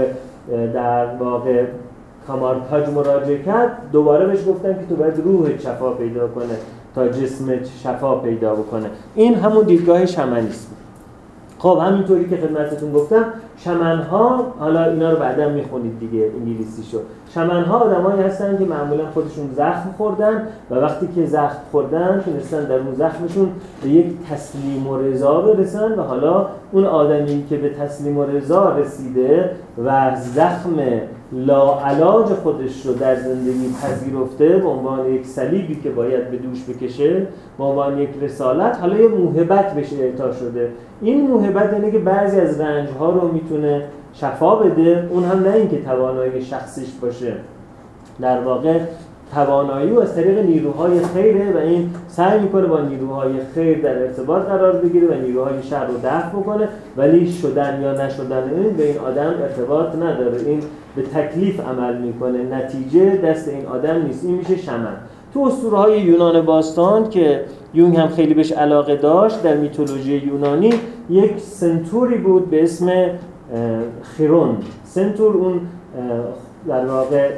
در واقع کامارتاج مراجعه کرد، دوباره بهش گفتن که تو باید روح شفا پیدا کنه تا جسمت شفا پیدا بکنه. این همون دیدگاه شمنیسم. خب همینطوری که خدمتتون گفتم، شمنها، حالا اینا رو بعدا میخونید دیگه انگلیسیشو، شمنها آدمایی هستن که معمولا خودشون زخم خوردن و وقتی که زخم خوردن تونستن در اون زخمشون به یک تسلیم و رضا برسن و حالا اون آدمی که به تسلیم و رضا رسیده و زخم لاعلاج خودش رو در زندگی پذیرفته به عنوان یک صلیبی که باید به دوش بکشه، به عنوان یک رسالت، حالا یه موهبت بهش اعطا شده. این موهبت یعنی که بعضی از رنج‌ها رو میتونه شفا بده، اون هم نه اینکه توانایی شخصیش باشه، در واقع توانایی و از طریق نیروهای خیره و این سعی میکنه با نیروهای خیر در ارتباط قرار بگیره و نیروهای شر رو دفع بکنه، ولی شدن یا نشدن این به این آدم ارتباط نداره، این به تکلیف عمل میکنه، نتیجه دست این آدم نیست. این میشه شمن. تو اسطوره‌های یونان باستان که یونگ هم خیلی بهش علاقه داشت، در میتولوژی یونانی یک سنتوری بود به اسم خیرون. سنتور اون در واقع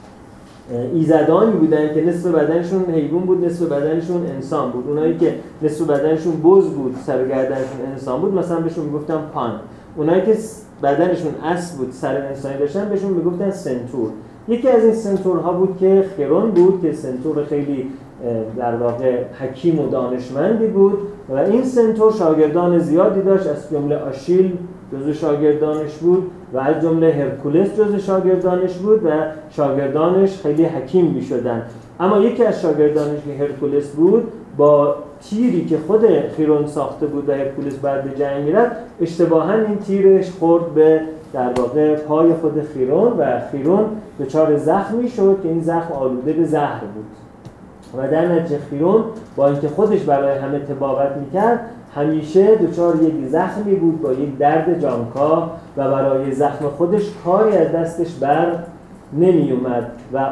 ایزدانی بودن که نصف بدنشون حیوان بود، نصف بدنشون انسان بود. اونایی که نصف بدنشون بز بود، سر گردنشون انسان بود، مثلا بهشون میگفتن پان. اونایی که بدنشون اسب بود، سر انسانی داشتن، بهشون میگفتن سنتور. یکی از این سنتورها بود که خیرون بود که سنتور خیلی در واقع حکیم و دانشمندی بود و این سنتور شاگردان زیادی داشت، از جمله آشیل جزو شاگردانش بود و از جمله هرکولس جزو شاگردانش بود و شاگردانش خیلی حکیم می شدن. اما یکی از شاگردانش که هرکولس بود با تیری که خود خیرون ساخته بود و هرکولس بعد به جنگ میرفت، اشتباهاً این تیرش خورد به در واقع پای خود خیرون و خیرون دچار زخمی شد که این زخم آلوده به زهر بود و در نتیجه خیرون با اینکه خودش برای همه طبابت میکرد همیشه دچار یک زخمی بود با یک درد جانکاه و برای زخم خودش کاری از دستش بر نمی اومد و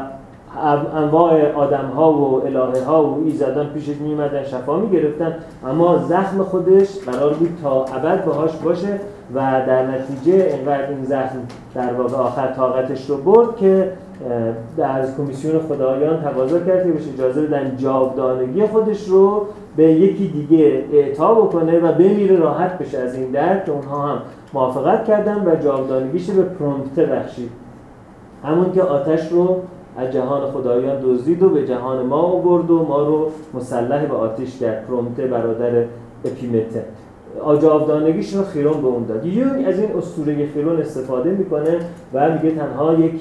انواع آدم‌ها و الهه‌ها و ایزدان پیشش می‌اومدن شفا می‌گرفتن، اما زخم خودش قرار بود تا ابد باهاش باشه و در نتیجه اینقدر این زخم در واقع آخر طاقتش رو برد که در کمیسیون خدایان تقاضا کرد که بهش اجازه بدن جاودانگی خودش رو به یکی دیگه اعطا بکنه و بمیره راحت بشه از این درد، که اونها هم موافقت کردن و جاودانگیش به پرومته بخشید. همون که آتش رو از جهان خدایان دزدید و به جهان ما آورد و ما رو مسلح به آتش کرد. پرومته برادر اپیمته. جاودانگیش رو خیرون به اون داد. یونگ از این اسطوره خیرون استفاده میکنه و میگه تنها یک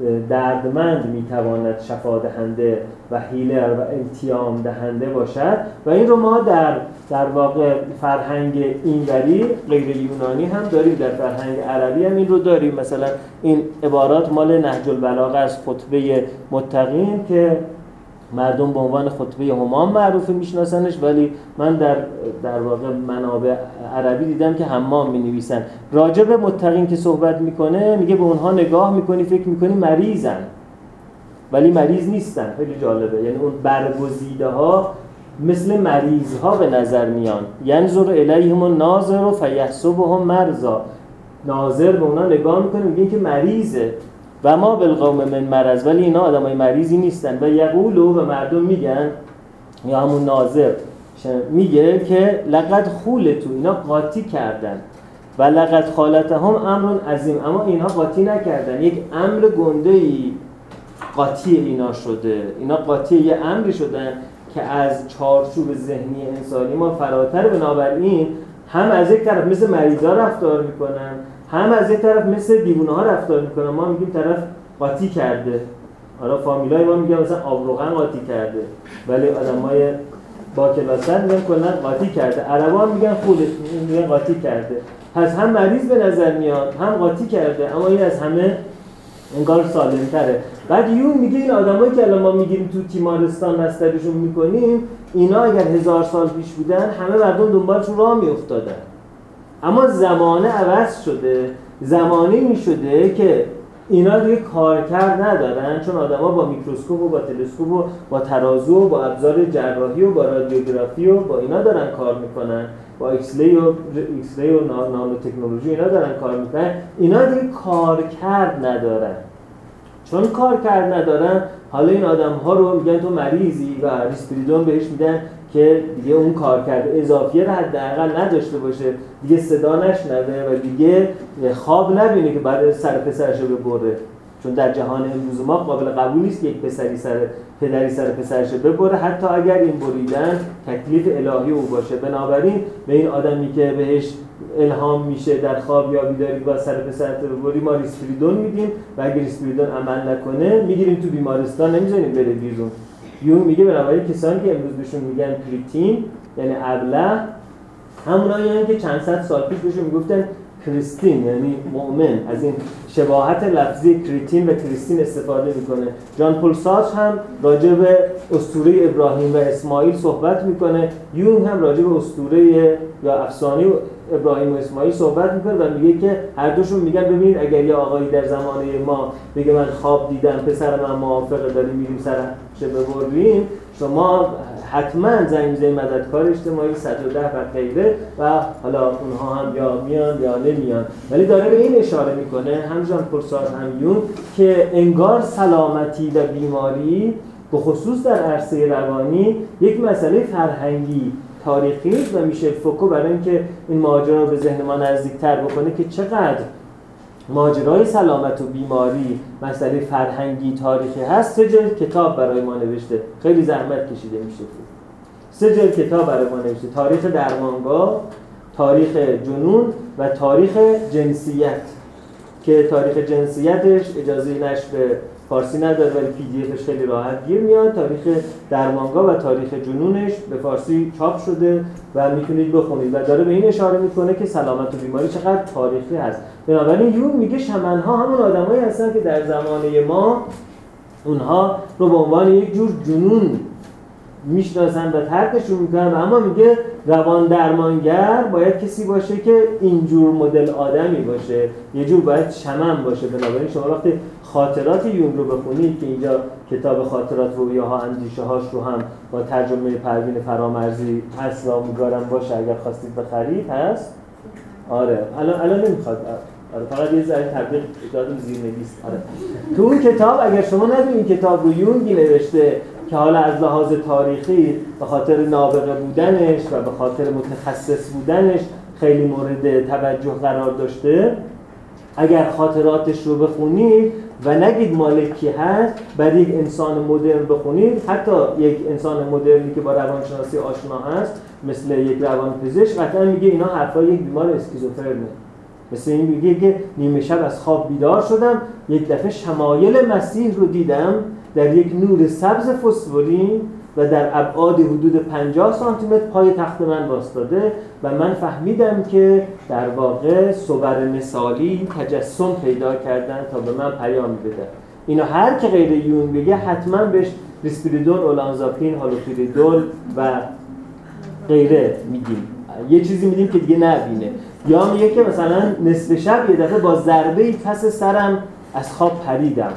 دردمند میتواند شفا دهنده و هیلر و التیام دهنده باشد و این رو ما در واقع فرهنگ اینوری غیر یونانی هم داریم، در فرهنگ عربی هم این رو داریم. مثلا این عبارات مال نهج البلاغه از خطبه متقین که مردم به عنوان خطبه همام معروفه میشناسنش، ولی من در واقع منابع عربی دیدم که حمام می‌نویسن. راجع به متقین که صحبت میکنه میگه به اونها نگاه میکنی فکر میکنی مریضن ولی مریض نیستن. خیلی جالبه، یعنی اون برگزیده ها مثل مریض ها به نظر میان. ینظر الیهم الناظر فیحسبهم مرضا. ناظر به اونها نگاه میکنه میگه که مریضه و ما بالقوم من مرض، ولی اینا آدمای مریضی نیستن. و یقولو و مردم میگن، یا همون ناظر میگه که لقد خولتو، اینا قاطی کردن و لقد خالتهم امر عظیم، اما اینها قاطی نکردن، یک امر گنده‌ای قاطی اینا شده. اینا قاطی یه امری شدن که از چارچوب ذهنی انسانی ما فراتر، بنابراین هم از یک طرف مثل مریضا رفتار میکنن، هم از یک طرف مثل دیوونه ها رفتار میکنن. ما میگیم طرف قاطی کرده، حالا فامیلای ما میگن مثلا آبروغن قاطی کرده، ولی آدمای با کلاست میگن کلا قاطی کرده. عربا میگن خودت میگن قاطی کرده. پس هم مریض به نظر میاد هم قاطی کرده، اما این از همه انگار سالم‌تره. بعد یون میگه این آدمایی که الان ما میگیم تو تیمارستان بسترشون میکنیم، اینا اگر 1000 سال پیش بودن همه مردم دنبالشون راه میافتادن، اما زمانه عوض شده. زمانی میشده که اینا دیگه کارکرد ندارن، چون آدما با میکروسکوپ و با تلسکوپ و با ترازو و با ابزار جراحی و با رادیوگرافی و با اینا دارن کار میکنن با ایکس-ری و نانو تکنولوژی اینا دارن کار میکنن، اینا دیگه کارکرد ندارن. چون کارکرد ندارن، حالا این آدم‌ها رو میگن تو مریضی و ریسپریدون بهش میدن که دیگه اون کارکرد اضافیه رو حداقل نداشته باشه، دیگه صدا نشنوه و دیگه خواب نبینه که بعد سر پسرش رو ببره. چون در جهان امروز ما قابل قبول نیست که یک پدری سر پسرش ببره، حتی اگر این بریدن تکلیف الهی او باشه. بنابراین به این آدمی که بهش الهام میشه در خواب یا بیداری با سر پسرت ببری، ما ریسپریدون میدیم و اگر ریسپریدون عمل نکنه میگیریم تو بیمارستان، نمیذاریم بره بیرون. یون میگه بنابراین کسانی که امروز بهشون میگن کریتین یعنی ابله، همونایی که چند صد سال پیش بهشون میگفتن کریستین یعنی مؤمن. از این شباهت لفظی کریتین و کریستین استفاده میکنه. جان پل سارتر هم راجع به اسطوره ابراهیم و اسماعیل صحبت میکنه، یون هم راجع به اسطوره یا افسانه ابراهیم و اسماعیل صحبت میکنه و میگه که هر دوشون میگن ببینید اگر یه آقایی در زمانه ما بگه من خواب دیدم پسر من موافقه داریم میریم سرش ببریم، شما حتما زنگ میزنید مددکار اجتماعی 110 و غیره و حالا اونها هم یا میان یا نمیان. ولی داره به این اشاره میکنه هم ژان پل سارتر هم یون که انگار سلامتی و بیماری به خصوص در عرصه روانی یک مسئله فرهنگی تاریخی است و میشل فوکو برای اینکه این ماجرا رو به ذهن ما نزدیکتر بکنه که چقدر ماجرای سلامت و بیماری مسئله فرهنگی تاریخی هست، 3 جلد کتاب برای ما نوشته. خیلی زحمت کشیده میشه. 3 جلد کتاب برای ما نوشته: تاریخ درمانگاه، تاریخ جنون و تاریخ جنسیت، که تاریخ جنسیتش اجازه نشر به فارسی نداره ولی پی دی افش خیلی راحت گیر میاد. تاریخ درمانگاه و تاریخ جنونش به فارسی چاپ شده و میتونید بخونید و داره به این اشاره میکنه که سلامت و بیماری چقدر تاریخی هست. بنابراین یون میگه شمنها همون آدمایی هستن که در زمانه ما اونها رو به عنوان یک جور جنون میشناسن و ترکشون میکنن، و اما میگه روان درمانگر باید کسی باشه که اینجور مدل آدمی باشه، یه جور باید شمن باشه. بنابراین شما وقتی خاطرات یون رو بخونید که اینجا کتاب خاطرات رویاها اندیشه هاش رو هم با ترجمه پروین فرامرزی هست و امیدوارم باشه اگر خواستید بخرید هست. آره الان نمیخواد، آره فقط یه ذره تبلیغ دادم زیرنویس. آره تو اون کتاب اگر شما ندونید این کتاب رو یونگی نوشته که حالا از لحاظ تاریخی به خاطر نابغه بودنش و به خاطر متخصص بودنش خیلی مورد توجه قرار داشته، اگر خاطراتش رو بخونید و نگید مالکی هست، بعد یک انسان مدرن بخونید، حتی یک انسان مدرنی که با روانشناسی آشنا هست مثل یک روانپزشک، قطعا میگه اینا حرفای یک بیمار اسکیزوفرنه. مثل این میگه که نیمه شب از خواب بیدار شدم، یک دفعه شمایل مسیح رو دیدم در یک نور سبز فسفورین و در ابعاد حدود 50 سانتی متر پای تخت من واسطاده و من فهمیدم که در واقع صور مثالی تجسم پیدا کردن تا به من پیام بدن. اینا هر که غیر یون بگه حتما بهش ریسپریدون، اولانزاپین، هالوپریدول و غیره میگیم. یه چیزی میدیم که دیگه نبینه. یا میگه که مثلا نصف شب یه دفعه با ضربه‌ای پس سرم از خواب پریدم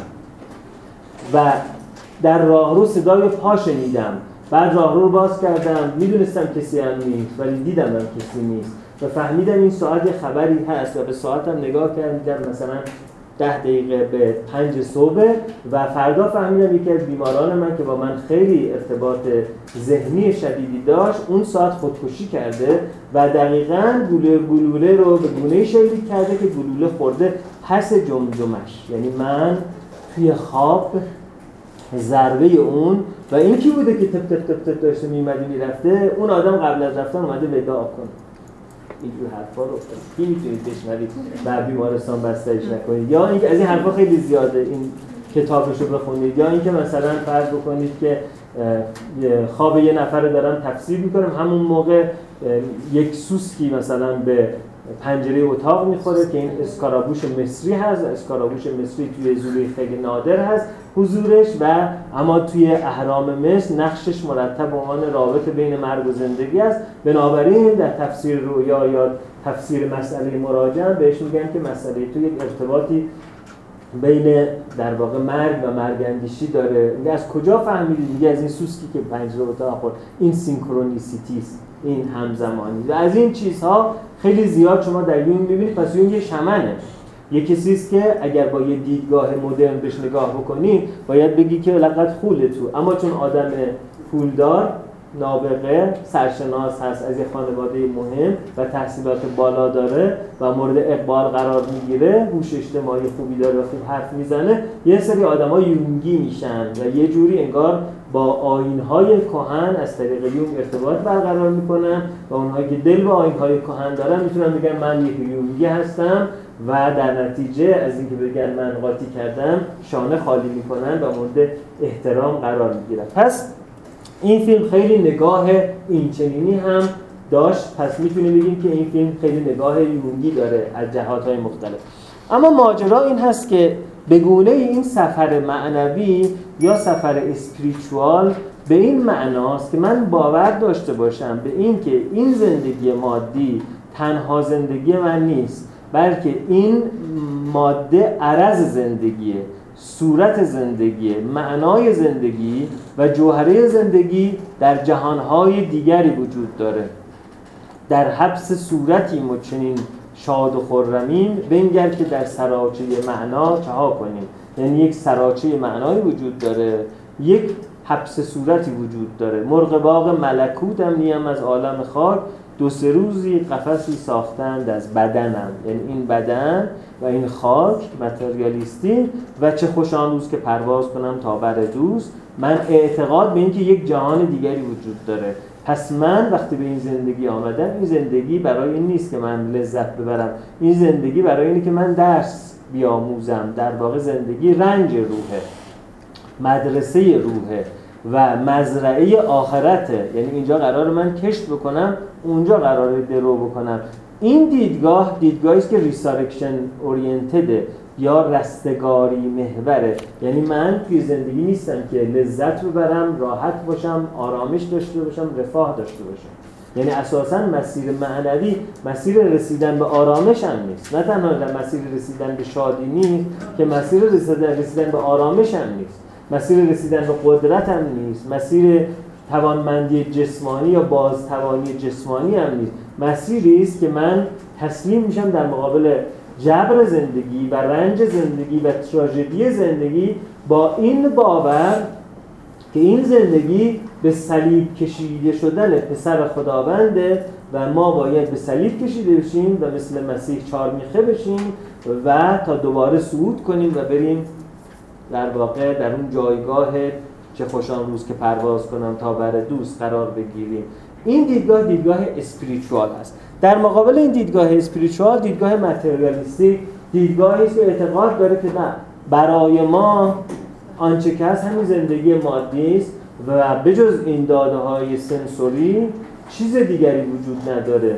و در راهرو صدای پا شنیدم، بعد راهرو رو باز کردم، میدونستم کسی هم نیست ولی دیدم هم کسی نیست و فهمیدم این ساعت یه خبری هست و به ساعتم نگاه کردم مثلا 10 دقیقه به 5 صبح و فردا فهمیدم یکی از بیماران من که با من خیلی ارتباط ذهنی شدیدی داشت اون ساعت خودکشی کرده و دقیقاً گلوله رو به گونه‌ای شلیک کرده که گلوله خورده پس جمجمش. یعنی من توی خواب ضربه اون و این کی بوده که تپ تپ تپ تپ داشته میمده میرفته، اون آدم قبل از رفتن اومده وداع کنه. اینجور حرفا رو کی میتونید بشنوید و بیمارستان بستریش نکنید، یا اینکه از این حرفا خیلی زیاده این کتابش رو بخونید، یا اینکه مثلا فرض بکنید که خواب یه نفر رو دارم تفسیر میکنم، همون موقع یک سوسکی مثلا به پنجره اتاق میخوره که این اسکارابوش مصری هست. اسکارابوش مصری توی زولوی خیلی نادر هست حضورش و اما توی اهرام مصر نقشش مرتب به عنوان رابط بین مرگ و زندگی است. بنابراین در تفسیر رویا یا تفسیر مسئله مراجعه بهش میگن که مسئله تو یک ارتباطی بین در واقع مرگ و مرگندیشی داره. میگه از کجا فهمیدید؟ میگه از این سوسکی که پنجره اتاق خورد، این سینکرونیسیتی است، این همزمانی و از این چیزها خیلی زیاد شما در یونگ میبینید. پس یونگ یه شمنه، یه کسی است که اگر با یه دیدگاه مدرن بهش نگاه بکنی باید بگی که لقد خوله تو، اما چون آدم پولدار، نابغه، سرشناس هست، از یه خانواده مهم و تحصیلات بالا داره و مورد اقبال قرار میگیره، هوش اجتماعی خوبی داره و خوب حرف میزنه، یه سری آدم‌ها یونگی میشن و یه جوری انگار با آیین‌های کهن از طریق یونگ ارتباط برقرار میکنن و اونهایی که دل به آیین‌های کهن دارن میتونن بگن من یک یونگی هستم و در نتیجه از اینکه بگن من قاطی کردم شانه خالی میکنن و مورد احترام قرار میگیرن. پس این فیلم خیلی نگاه اینچنینی هم داشت. پس میتونیم بگیم که این فیلم خیلی نگاه یونگی داره از جهات‌های مختلف. اما ماجرا این هست که به گونه این سفر معنوی یا سفر اسپریچوال به این معناست که من باور داشته باشم به این که این زندگی مادی تنها زندگی من نیست، بلکه این ماده عرض زندگیه، صورت زندگی، معنای زندگی و جوهره زندگی در جهانهای دیگری وجود داره. در حبس صورتیم و چنین شاد و خرمیم، بنگر که در سراچه معنا چها کنیم. یعنی یک سراچه معنایی وجود داره، یک حبس صورتی وجود داره. مرغ باغ ملکوت هم نیم از عالم خاک، 2-3 روزی قفسی ساختند از بدنم. یعنی این بدن و این خاک متریالیستی و چه خوش آن روز که پرواز کنم تا بر دوست. من اعتقاد به این که یک جهان دیگری وجود داره. پس من وقتی به این زندگی آمدم، این زندگی برای این نیست که من لذت ببرم، این زندگی برای اینه که من درس بیاموزم. در واقع زندگی رنج روحه، مدرسه روحه و مزرعه آخرته. یعنی اینجا قرار من کشت بکنم، اونجا قراره درو بکنم. این دیدگاهی است که ریسارکشن اورینتده یا رستگاری محوره. یعنی من توی زندگی نیستم که لذت ببرم، راحت باشم، آرامش داشته باشم، رفاه داشته باشم. یعنی اساساً مسیر معنوی مسیر رسیدن به آرامش هم نیست. نه تنها در مسیر رسیدن به شادی نیست، که مسیر رسیدن به آرامش هم نیست. مسیر رسیدن به قدرت هم نیست، مسیر توانمندی جسمانی یا بازتوانی جسمانی هم نیست. مسیری است که من تسلیم میشم در مقابل جبر زندگی و رنج زندگی و تراژدی زندگی با این باور که این زندگی به صلیب کشیده شدن پسر خداونده و ما باید به صلیب کشیده بشیم و مثل مسیح چارمیخه بشیم و تا دوباره صعود کنیم و بریم در واقع در اون جایگاه چه خوشان روز که پرواز کنم تا بر دوست قرار بگیریم. این دیدگاه اسپریچوال هست. در مقابل این دیدگاه اسپریچوال، دیدگاه متریالیستی، دیدگاهی است که اعتقاد داره که نه، برای ما آنچه که هست همین زندگی مادی است و بجز این داده‌های سنسوری چیز دیگری وجود نداره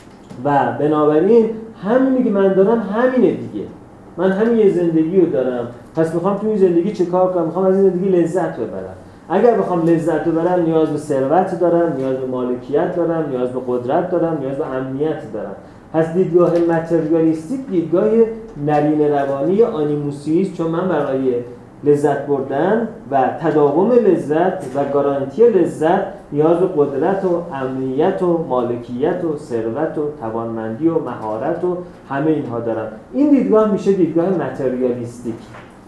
و بنابراین همینی که من دارم همینه دیگه. من همین یه زندگی رو دارم، پس میخوام تو این زندگی چه کار کنم؟ میخوام از این زندگی لذت ببرم. اگر بخوام لذت ببرم نیاز به ثروت دارم، نیاز به مالکیت دارم، نیاز به قدرت دارم، نیاز به امنیت دارم. پس دیدگاه متریالیستیک دیدگاه نرین روانی آنیموسی است، چون من برای لذت بردن و تداوم لذت و گارانتی لذت نیاز به قدرت و امنیت و مالکیت و ثروت و توانمندی و مهارت و همه اینها دارم. این دیدگاه میشه دیدگاه متریالیستیک.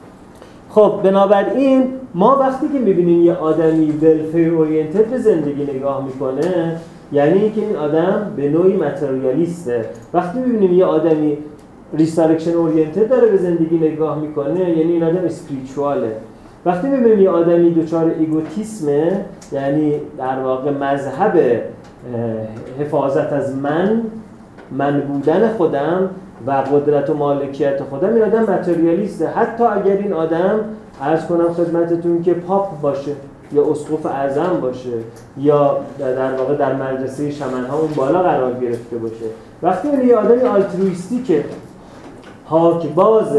خب بنابراین ما وقتی که میبینیم یه آدمی ولفیر اورینتد به زندگی نگاه میکنه، یعنی اینکه این آدم به نوعی متریالیسته. وقتی میبینیم یه آدمی ریسارکشن اورینتد داره به زندگی نگاه میکنه، یعنی این آدم اسپریچواله. وقتی میبینیم یه آدمی دچار ایگوتیسمه، یعنی در واقع مذهب حفاظت از من بودن خودم و قدرت و مالکیت خودم، این آدم متریالیسته. حتی اگر این آدم عرض کنم خدمتتون که پاپ باشه یا اسقف اعظم باشه یا در واقع در مدرسه شمنها اون بالا قرار گرفته باشه. وقتی یه آدمی آلترویستیکه، پاکباز،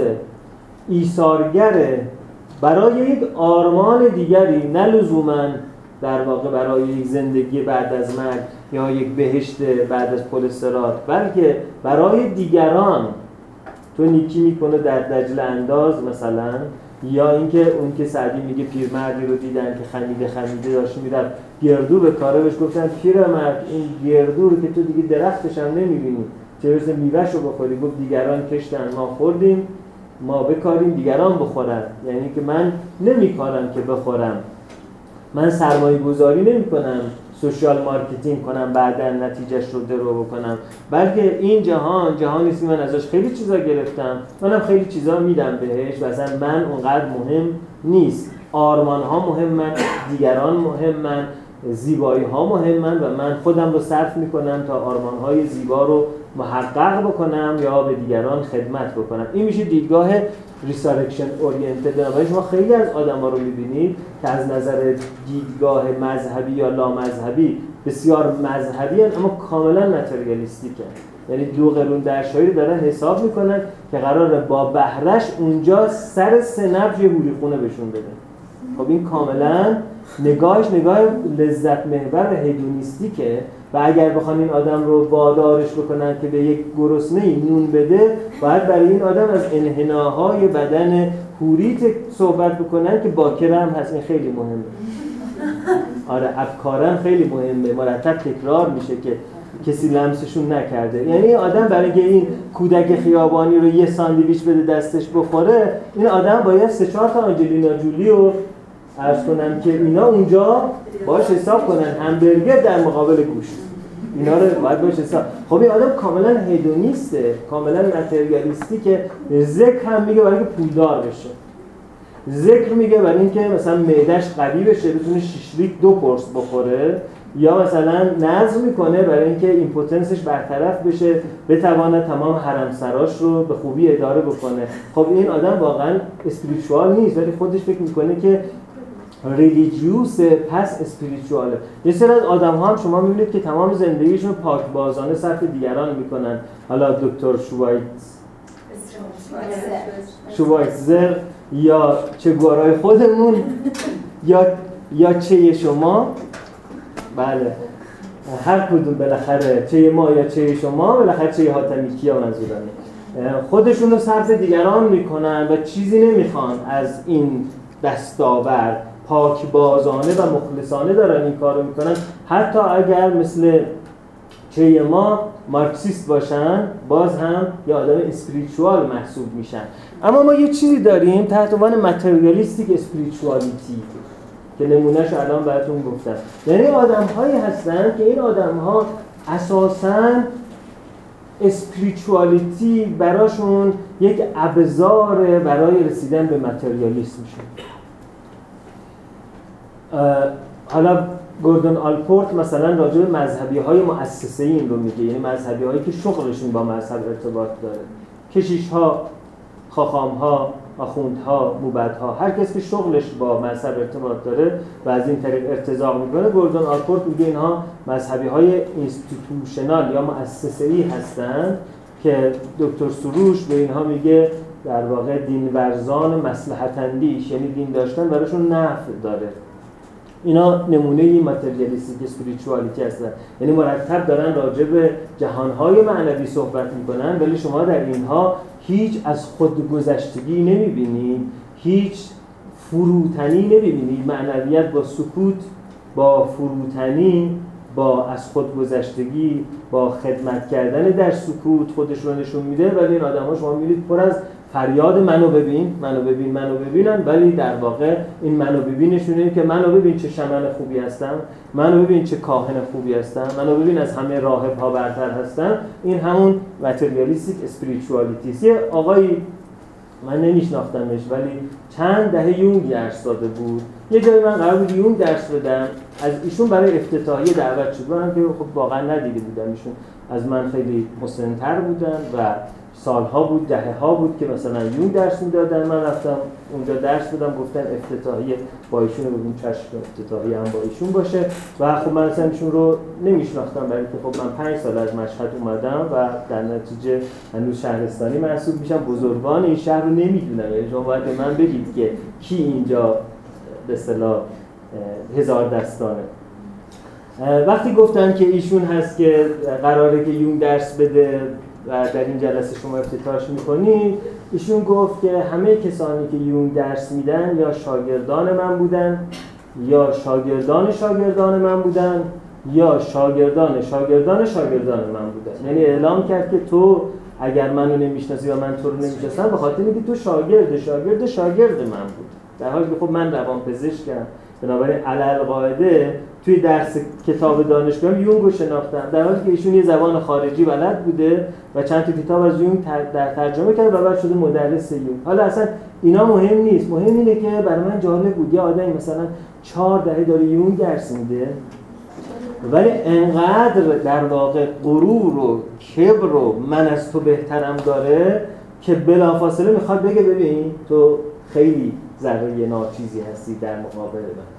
ایثارگر برای یک آرمان دیگری، نه لزوماً در واقع برای یک زندگی بعد از مرگ یا یک بهشت بعد از پل صراط، بلکه برای دیگران تو نیکی میکنه در دجله انداز مثلا، یا اینکه اون که سعدی میگه پیرمردی رو دیدن که خمیده داشت میرفت گردو به کاره، بهش گفتن پیرمرد این گردو رو که تو دیگه درختش هم نمیبینی چه برسه میوه‌ش رو بخوری. گفت دیگران کشتن ما خوردیم، ما بکاریم دیگران بخورن. یعنی که من نمیکارم که بخورم، من سرمایه گذاری نمی کنم سوشال مارکتینگ کنم بعدا نتیجهش رو درو بکنم، بلکه این جهانی است که من ازش خیلی چیزا گرفتم، منم خیلی چیزا میدم بهش و اصلا من اونقدر مهم نیست. آرمان ها مهمن، دیگران مهمن، زیبایی ها مهمن و من خودم رو صرف میکنم تا آرمان های زیبا رو محقق بکنم یا به دیگران خدمت بکنم. این میشه دیدگاه ریسارکشن اورینتد. بنابراین شما خیلی از آدم‌ها رو می‌بینید که از نظر دیدگاه مذهبی یا لامذهبی بسیار مذهبی هستند اما کاملا متریالیستیکن. یعنی دو قرون درشایی رو دارن حساب میکنن که قراره با بهرش اونجا سر سنبش یه هوری خونه بهشون بده. خب این کاملا نگاهش نگاه لذت محور و هدونیستیکه و اگر بخوان این آدم رو وادارش بکنن که به یک گرسنه‌ای نون بده، باید برای این آدم از انحناهای بدن حوریت صحبت بکنن که باکر هم هست. این خیلی مهمه. آره ابکارن خیلی مهمه، مرتب تکرار میشه که کسی لمسشون نکرده. یعنی آدم برای اینکه این کودک خیابانی رو یه ساندویچ بده دستش بخوره، این آدم باید 3-4 تا آنجلینا جولی رو عرض کنم که اینا اونجا باش حساب کنن، همبرگر در مقابل گوشت، اینا رو باید باش حساب. خب این آدم کاملا هدونیسته، کاملا متریالیستی که ذکر هم میگه برای اینکه پولدار بشه، ذکر میگه برای اینکه مثلا معده‌اش قوی بشه بتونه 6 لیتر 2 قرص بخوره، یا مثلا نظم میکنه برای اینکه ایمپوتنسش برطرف بشه بتونه تمام حرمسراش رو به خوبی اداره بکنه. خب این آدم واقعا اسپریچوال نیست ولی خودش فکر میکنه که ریلیجیوس پس اسپریچواله. یه سری از آدم‌ها هم شما می‌بینید که تمام زندگیشون پاکبازانه صرف دیگران میکنن. حالا دکتر شوایتزر یا چه گوارای خودمون یا چه شما، بله هر کدوم بالاخره چه ما یا چه شما، بالاخره چه حاتمی کیا منظورمه، خودشون رو صرف دیگران میکنن و چیزی نمیخوان از این دستاورد، پاکبازانه و مخلصانه دارن این کارو میکنن. حتی اگر مثل چه ما مارکسیست باشن باز هم یه آدم اسپریچوال محسوب میشن. اما ما یه چیزی داریم تحت عنوان ماتریالیستیک اسپریچوالیتی که نمونهش الان براتون گفتم. یعنی آدم‌هایی هستن که این آدم‌ها اساساً اسپریچوالیتی براشون یک ابزار برای رسیدن به ماتریالیسم میشه. حالا گوردون آلپورت مثلا راجع به مذهبی‌های مؤسسه‌ای این رو میگه، یعنی مذهبی‌هایی که شغلشون با مذهب ارتباط داره، کشیش‌ها، خاخام‌ها، آخوندها، موبدها، هر کسی که شغلش با مذهب ارتباط داره و از این طریق ارتزاق میکنه، گوردون آلپورت میگه اینها مذهبی‌های اینستیتوشنال یا مؤسسه‌ای هستند که دکتر سروش به اینها میگه در واقع دینورزان مصلحت اندیش، یعنی دین داشتن براشون نفع داره. اینا نمونه ماتریالیستیک اسپریچوالیتی هستن، یعنی مرتب دارن راجع به جهانهای معنوی صحبت میکنن ولی شما در اینها هیچ از خودگذشتگی نمیبینید، هیچ فروتنی نمیبینید. معنویت با سکوت، با فروتنی، با از خودگذشتگی، با خدمت کردن در سکوت خودش رو نشون میده. ولی این آدم‌ها شما میبینید پر از فریاد منو ببین، منو ببین، منو ببینن، ولی در واقع این منو ببینشونه که منو ببین چه شمن خوبی هستم، منو ببین چه کاهن خوبی هستم، منو ببین از همه راهب‌ها برتر هستم. این همون ماتریالیستیک اسپریچوالیتی است. یه آقایی من نمیشناختمش ولی چند دهه یونگ درس داده بود. یه جایی من قرار بود یونگ درس بدم، از ایشون برای افتتاحیه دعوت شد. من که خب واقعا ندیده بودم، ایشون از من خیلی مسن‌تر بودن و سالها بود، دهه‌ها بود که مثلا یونگ درس میدادن. من رفتم اونجا درس بدم، گفتن افتتاحیه با ایشون، بگم چشم افتتاحیه هم با ایشون باشه. و خب من اصلا ایشون رو نمیشناختم برای که خب من 5 سال از مشهد اومدم و در نتیجه هنوز شهرستانی محسوب میشم، بزرگان این شهر رو نمیدونم. یعنی شما باید به من بگید که کی اینجا به اصطلاح هزار دستانه. وقتی گفتن که ایشون هست که قراره که یونگ درس بده و در این جلسه شما افتتاحش میکنید، ایشون گفت که همه کسانی که یونگ درس میدن یا شاگردان من بودن یا شاگردان من بودن یا شاگردان من بودن. یعنی اعلام کرد که تو اگر منو نمیشناسی یا من تو رو نمیشناسم به خاطر اینکه تو شاگرد من بود، در حالی که خب من روانپزشکم، بنابراین علالقاعده توی درس کتاب دانشگاه یونگ رو شناختم، در حالی که ایشون یه زبان خارجی بلد بوده و چند تا کتاب از یونگ ترجمه کرده و بعد شده مدرس یونگ. حالا اصلا اینا مهم نیست، مهم اینه که برای من جالب بود یه آدمی مثلا 4 دهه داره یونگ درس میده ولی انقدر در واقع غرور و کبر و من از تو بهترم داره که بلافاصله میخواد بگه ببین تو خیلی ذره ناچیزی هستی در مقابل من،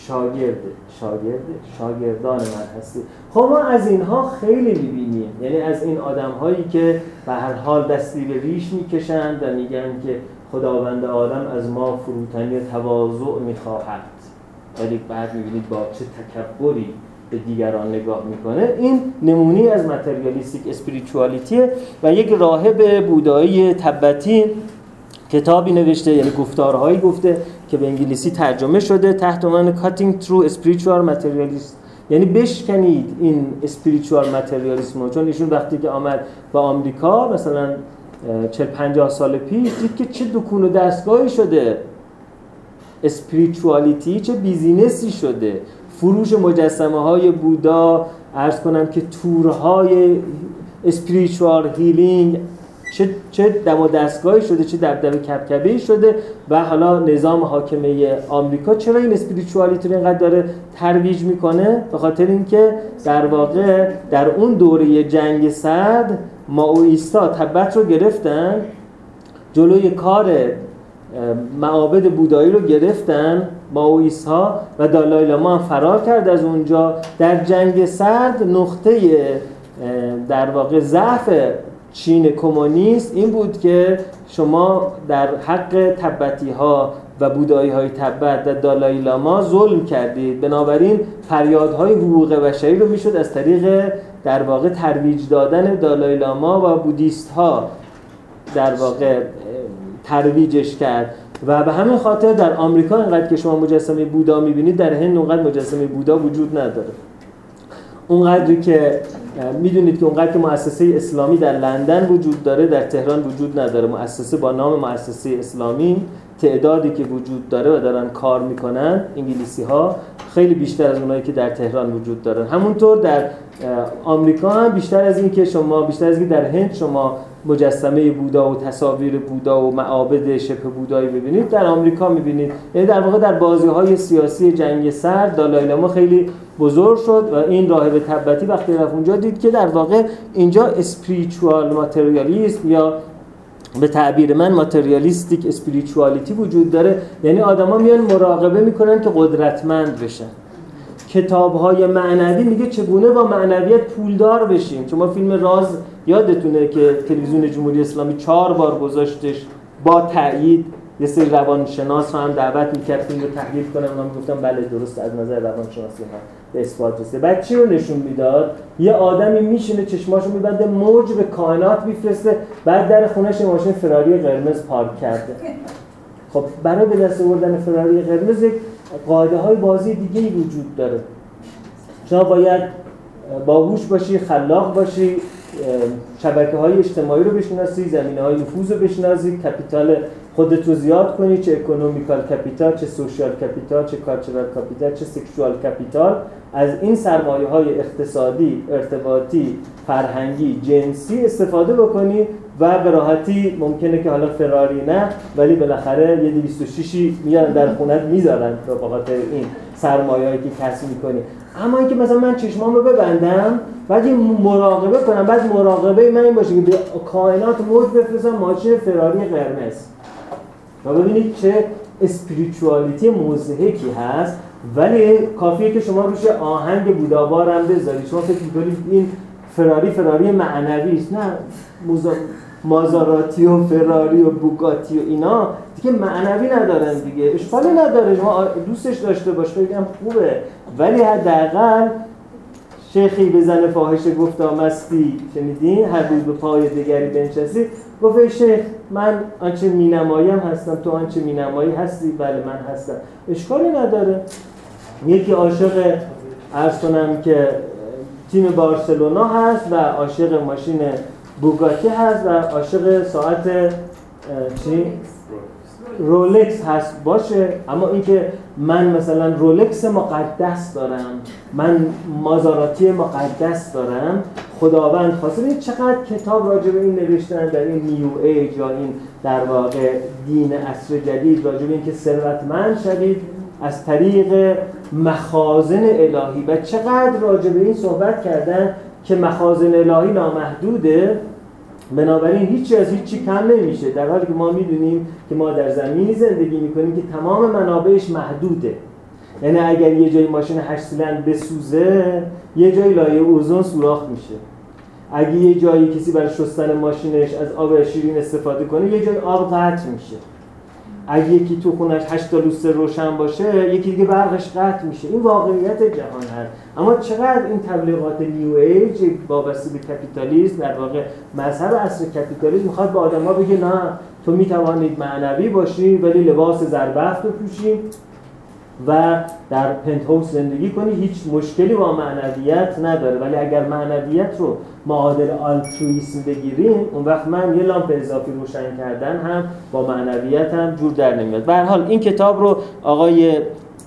شاگردان من هستی. خب ما از اینها خیلی میبینیم، یعنی از این آدم هایی که به هر حال دستی به ریش میکشند و میگن که خداوند عالم از ما فروتنی تواضع میخواهد، ولی بعد میبینید با چه تکبری به دیگران نگاه میکنه. این نمونی از ماتریالیستیک اسپریچوالیتیه و یک راهب بودایی تبتی کتابی نوشته، یعنی گفتارهایی گفته که به انگلیسی ترجمه شده تحت عنوان Cutting Through Spiritual Materialism، یعنی بشکنید این اسپریچوال ماتریالیسم. چون ایشون وقتی که آمد با آمریکا مثلا 40-50 سال پیش دید که چه دکون و دستگاهی شده اسپریچوالیتی، چه بیزینسی شده، فروش مجسمه های بودا، عرض کنم که تورهای اسپریچوال هیلینگ چه دم و دستگاهی شده، چه دبدبه کبکبه‌ای شده. و حالا نظام حاکمه آمریکا چرا این اسپریچوالیتی رو اینقدر داره ترویج میکنه؟ به خاطر اینکه در واقع در اون دوره جنگ سرد مائویستا تبت رو گرفتن، جلوی کار معابد بودایی رو گرفتن مائویست‌ها و دالای لاما هم فرار کرد از اونجا. در جنگ سرد نقطه در واقع ضعف چین کمونیست این بود که شما در حق تبتی‌ها و بودایی‌های تبت و دالای لاما ظلم کردید، بنابراین فریادهای حقوق بشری رو میشد از طریق در واقع ترویج دادن دالای لاما و بودیست‌ها در واقع ترویجش کرد. و به همین خاطر در آمریکا اینقدر که شما مجسمه بودا میبینید، در هند اونقدر مجسمه بودا وجود نداره. اونقدری که میدونید که اونقدر که مؤسسه اسلامی در لندن وجود داره در تهران وجود نداره. مؤسسه با نام مؤسسه اسلامی تعدادی که وجود داره و دارن کار میکنن انگلیسی ها خیلی بیشتر از اونایی که در تهران وجود دارن. همونطور در آمریکا هم بیشتر از این که در هند شما مجسمه بودا و تصاویر بودا و معابد شبه بودایی ببینید، در آمریکا میبینید. یعنی در واقع در بازی‌های سیاسی جنگ سرد دالای لاما خیلی بزرگ شد و این راهب تبتی وقتی رفت اونجا دید که در واقع اینجا اسپریچوال ماتریالیسم یا به تعبیر من ماتریالیستیک اسپریچوالیتی وجود داره. یعنی آدما میان مراقبه میکنن که قدرتمند بشن. کتاب‌های معنوی میگه چگونه با معنویت پولدار بشیم. شما فیلم راز یادتونه که تلویزیون جمهوری اسلامی 4 بار گذاشتش با تایید، یه سری روانشناس رو هم دعوت میکرد فیلم رو تحلیل کنن، اونا میگفتن بله درست از نظر روانشناسی هم به اثبات رسیده. بعد چی رو نشون میداد؟ یه آدمی میشینه چشماشو میبنده موج به کائنات میفرسته، بعد در خونه‌ش ماشین فراری قرمز پارک کرده. خب برای به دست آوردن فراری قرمز یک قاعده‌های بازی دیگه‌ای وجود داره. شما باید باهوش باشی، خلاق باشی، شبکه‌های اجتماعی رو بشناسی، زمینه‌های نفوذ رو بشناسی، کپیتال خودت رو زیاد کنی، چه اکونومیکال کپیتال، چه سوشال کپیتال، چه کالچرال کپیتال، چه سکشوال کپیتال. از این سرمایه‌های اقتصادی، ارتباطی، فرهنگی، جنسی استفاده بکنی و به راحتی ممکنه که حالا فراری نه ولی بالاخره یه 206 میارن در خونت میذارن به خاطر این سرمایه‌ای که کسب می‌کنی. اما اینکه مثلا من چشمامو ببندم بعد یه مراقبه کنم، بعد مراقبه من این باشه که به کائنات موج بفرستم ماشین فراری قرمز. و ببینید چه اسپریچوالیتی مضحکی هست، ولی کافیه که شما روش آهنگ بودابار هم بذارید. شما فکر می‌کنید این فراری معنوی است. نه، مازاراتی و فراری و بوگاتی و اینا دیگه معنوی ندارن دیگه، اشکالی نداره شما دوستش داشته باش، خیلی هم خوبه، ولی حداقل شیخی به زن فاحشه گفتا مستی، شنیدین؟ هر روز به پای دیگری بنشستی. گفت ای شیخ من آنچه مینماییم هستم، تو آنچه مینمایی هستی. بله من هستم. اشکالی نداره. یکی عاشق عرض کنم که تیم بارسلونا هست و عاشق ماشین بوگاتی هست و عاشق ساعت چی؟ رولکس هست باشه، اما اینکه من مثلا رولکس مقدس دارم، من مازاراتی مقدس دارم، خداوند خواسته. ببینید چقدر کتاب راجع به این نوشتن در این نیو ایج یا این در واقع دین عصر جدید، راجع به این که ثروتمند شوید از طریق مخازن الهی، و چقدر راجع به این صحبت کردن که مخازن الهی نامحدوده، بنابراین هیچی از هیچی کم نمیشه، در حالی که ما میدونیم که ما در زمینی زندگی میکنیم که تمام منابعش محدوده. یعنی اگر یه جای ماشین 8 سیلندر بسوزه، یه جای لایه اوزون سوراخ میشه. اگه یه جایی کسی برای شستن ماشینش از آب شیرین استفاده کنه، یه جای آب قطع میشه. اگه یکی تو خونش 8 تا لوستر روشن باشه، یکی دیگه برقش قطع میشه. این واقعیت جهان هست. اما چقدر این تبلیغات نیو ایج وابسته به کپیتالیسم، در واقع مذهب عصر کپیتالیسم میخواد به آدم‌ها بگه نه تو میتوانید معنوی باشی ولی لباس زربفت رو پوشی و در پنت هاوس زندگی کنی، هیچ مشکلی با معنویت نداره. ولی اگر معنویت رو معادل آلترویسم بگیریم، اون وقت من یه لامپ اضافی روشن کردن هم با معنویت هم جور در نمیاد. به هر حال این کتاب رو آقای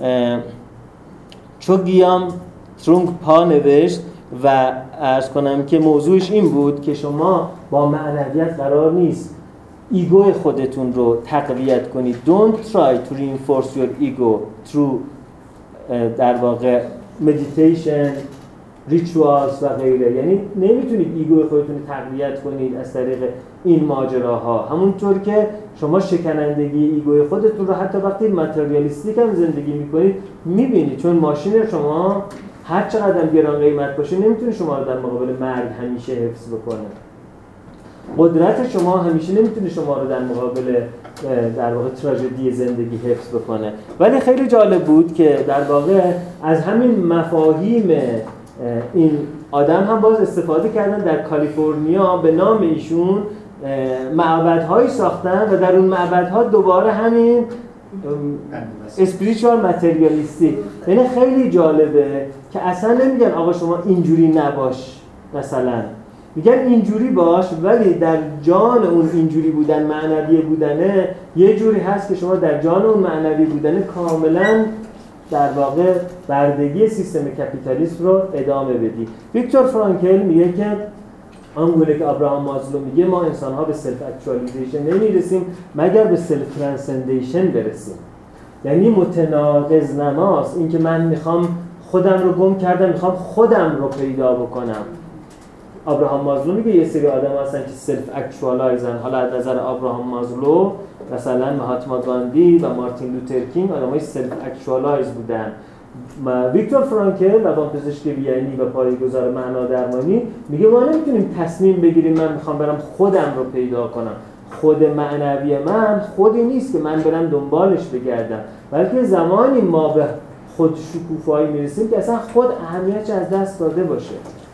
چوگیام ترونگ پا نوشت و عرض کنم که موضوعش این بود که شما با معنویت قرار نیست ایگو خودتون رو تقویت کنید. Don't try to reinforce your ego through در واقع meditation, rituals و غیره. یعنی نمیتونید ایگو خودتون رو تقویت کنید از طریق این ماجراها. همونطور که شما شکنندگی ایگو خودتون رو حتی وقتی ماتریالیستیک هم زندگی میکنید میبینید، چون ماشین شما هر چقدر گران قیمت باشه نمیتونه شما رو در مقابل مرگ همیشه حفظ بکنه. قدرت شما همیشه نمیتونه شما رو در مقابل در واقع تراژدی زندگی حفظ بکنه. ولی خیلی جالب بود که در واقع از همین مفاهیم این آدم هم باز استفاده کردن. در کالیفرنیا به نام ایشون معبدهایی ساختن و در اون معبدها دوباره همین اسپریچوال ماتریالیستی. یعنی خیلی جالبه که اصلا نمیگن آقا شما اینجوری نباش، مثلا میگن اینجوری باش، ولی در جان اون اینجوری بودن، معنوی بودنه یه جوری هست که شما در جان اون معنوی بودنه کاملا در واقع بردگی سیستم کپیتالیسم رو ادامه بدی. ویکتور فرانکل میگه که آنگونه که ابراهام مازلو میگه ما انسان‌ها به سلف اکچوالیزیشن نمیرسیم مگر به سلف ترانسندیشن برسیم. یعنی متناقض نماست این که من میخوام خودم رو گم کردم، میخوام خودم رو پیدا بکنم. ابراهام مازلو میگه یه سری آدم هستن که سلف اکچوالایزن. حالا از نظر ابراهام مازلو مثلا مهاتما گاندی و مارتین لوتر کینگ آدمای سلف اکچوالایز بودن. ویکتور فرانکل روانپزشک وینی و پایه‌گذار معنا درمانی میگه ما نمیتونیم تصمیم بگیریم من میخوام برم خودم رو پیدا کنم. خود معنوی من خودی نیست که من برم دنبالش بگردم، بلکه زمانی ما به خود شکوفایی میرسیم که اصلا خود اهمیتش از دست داده باشه.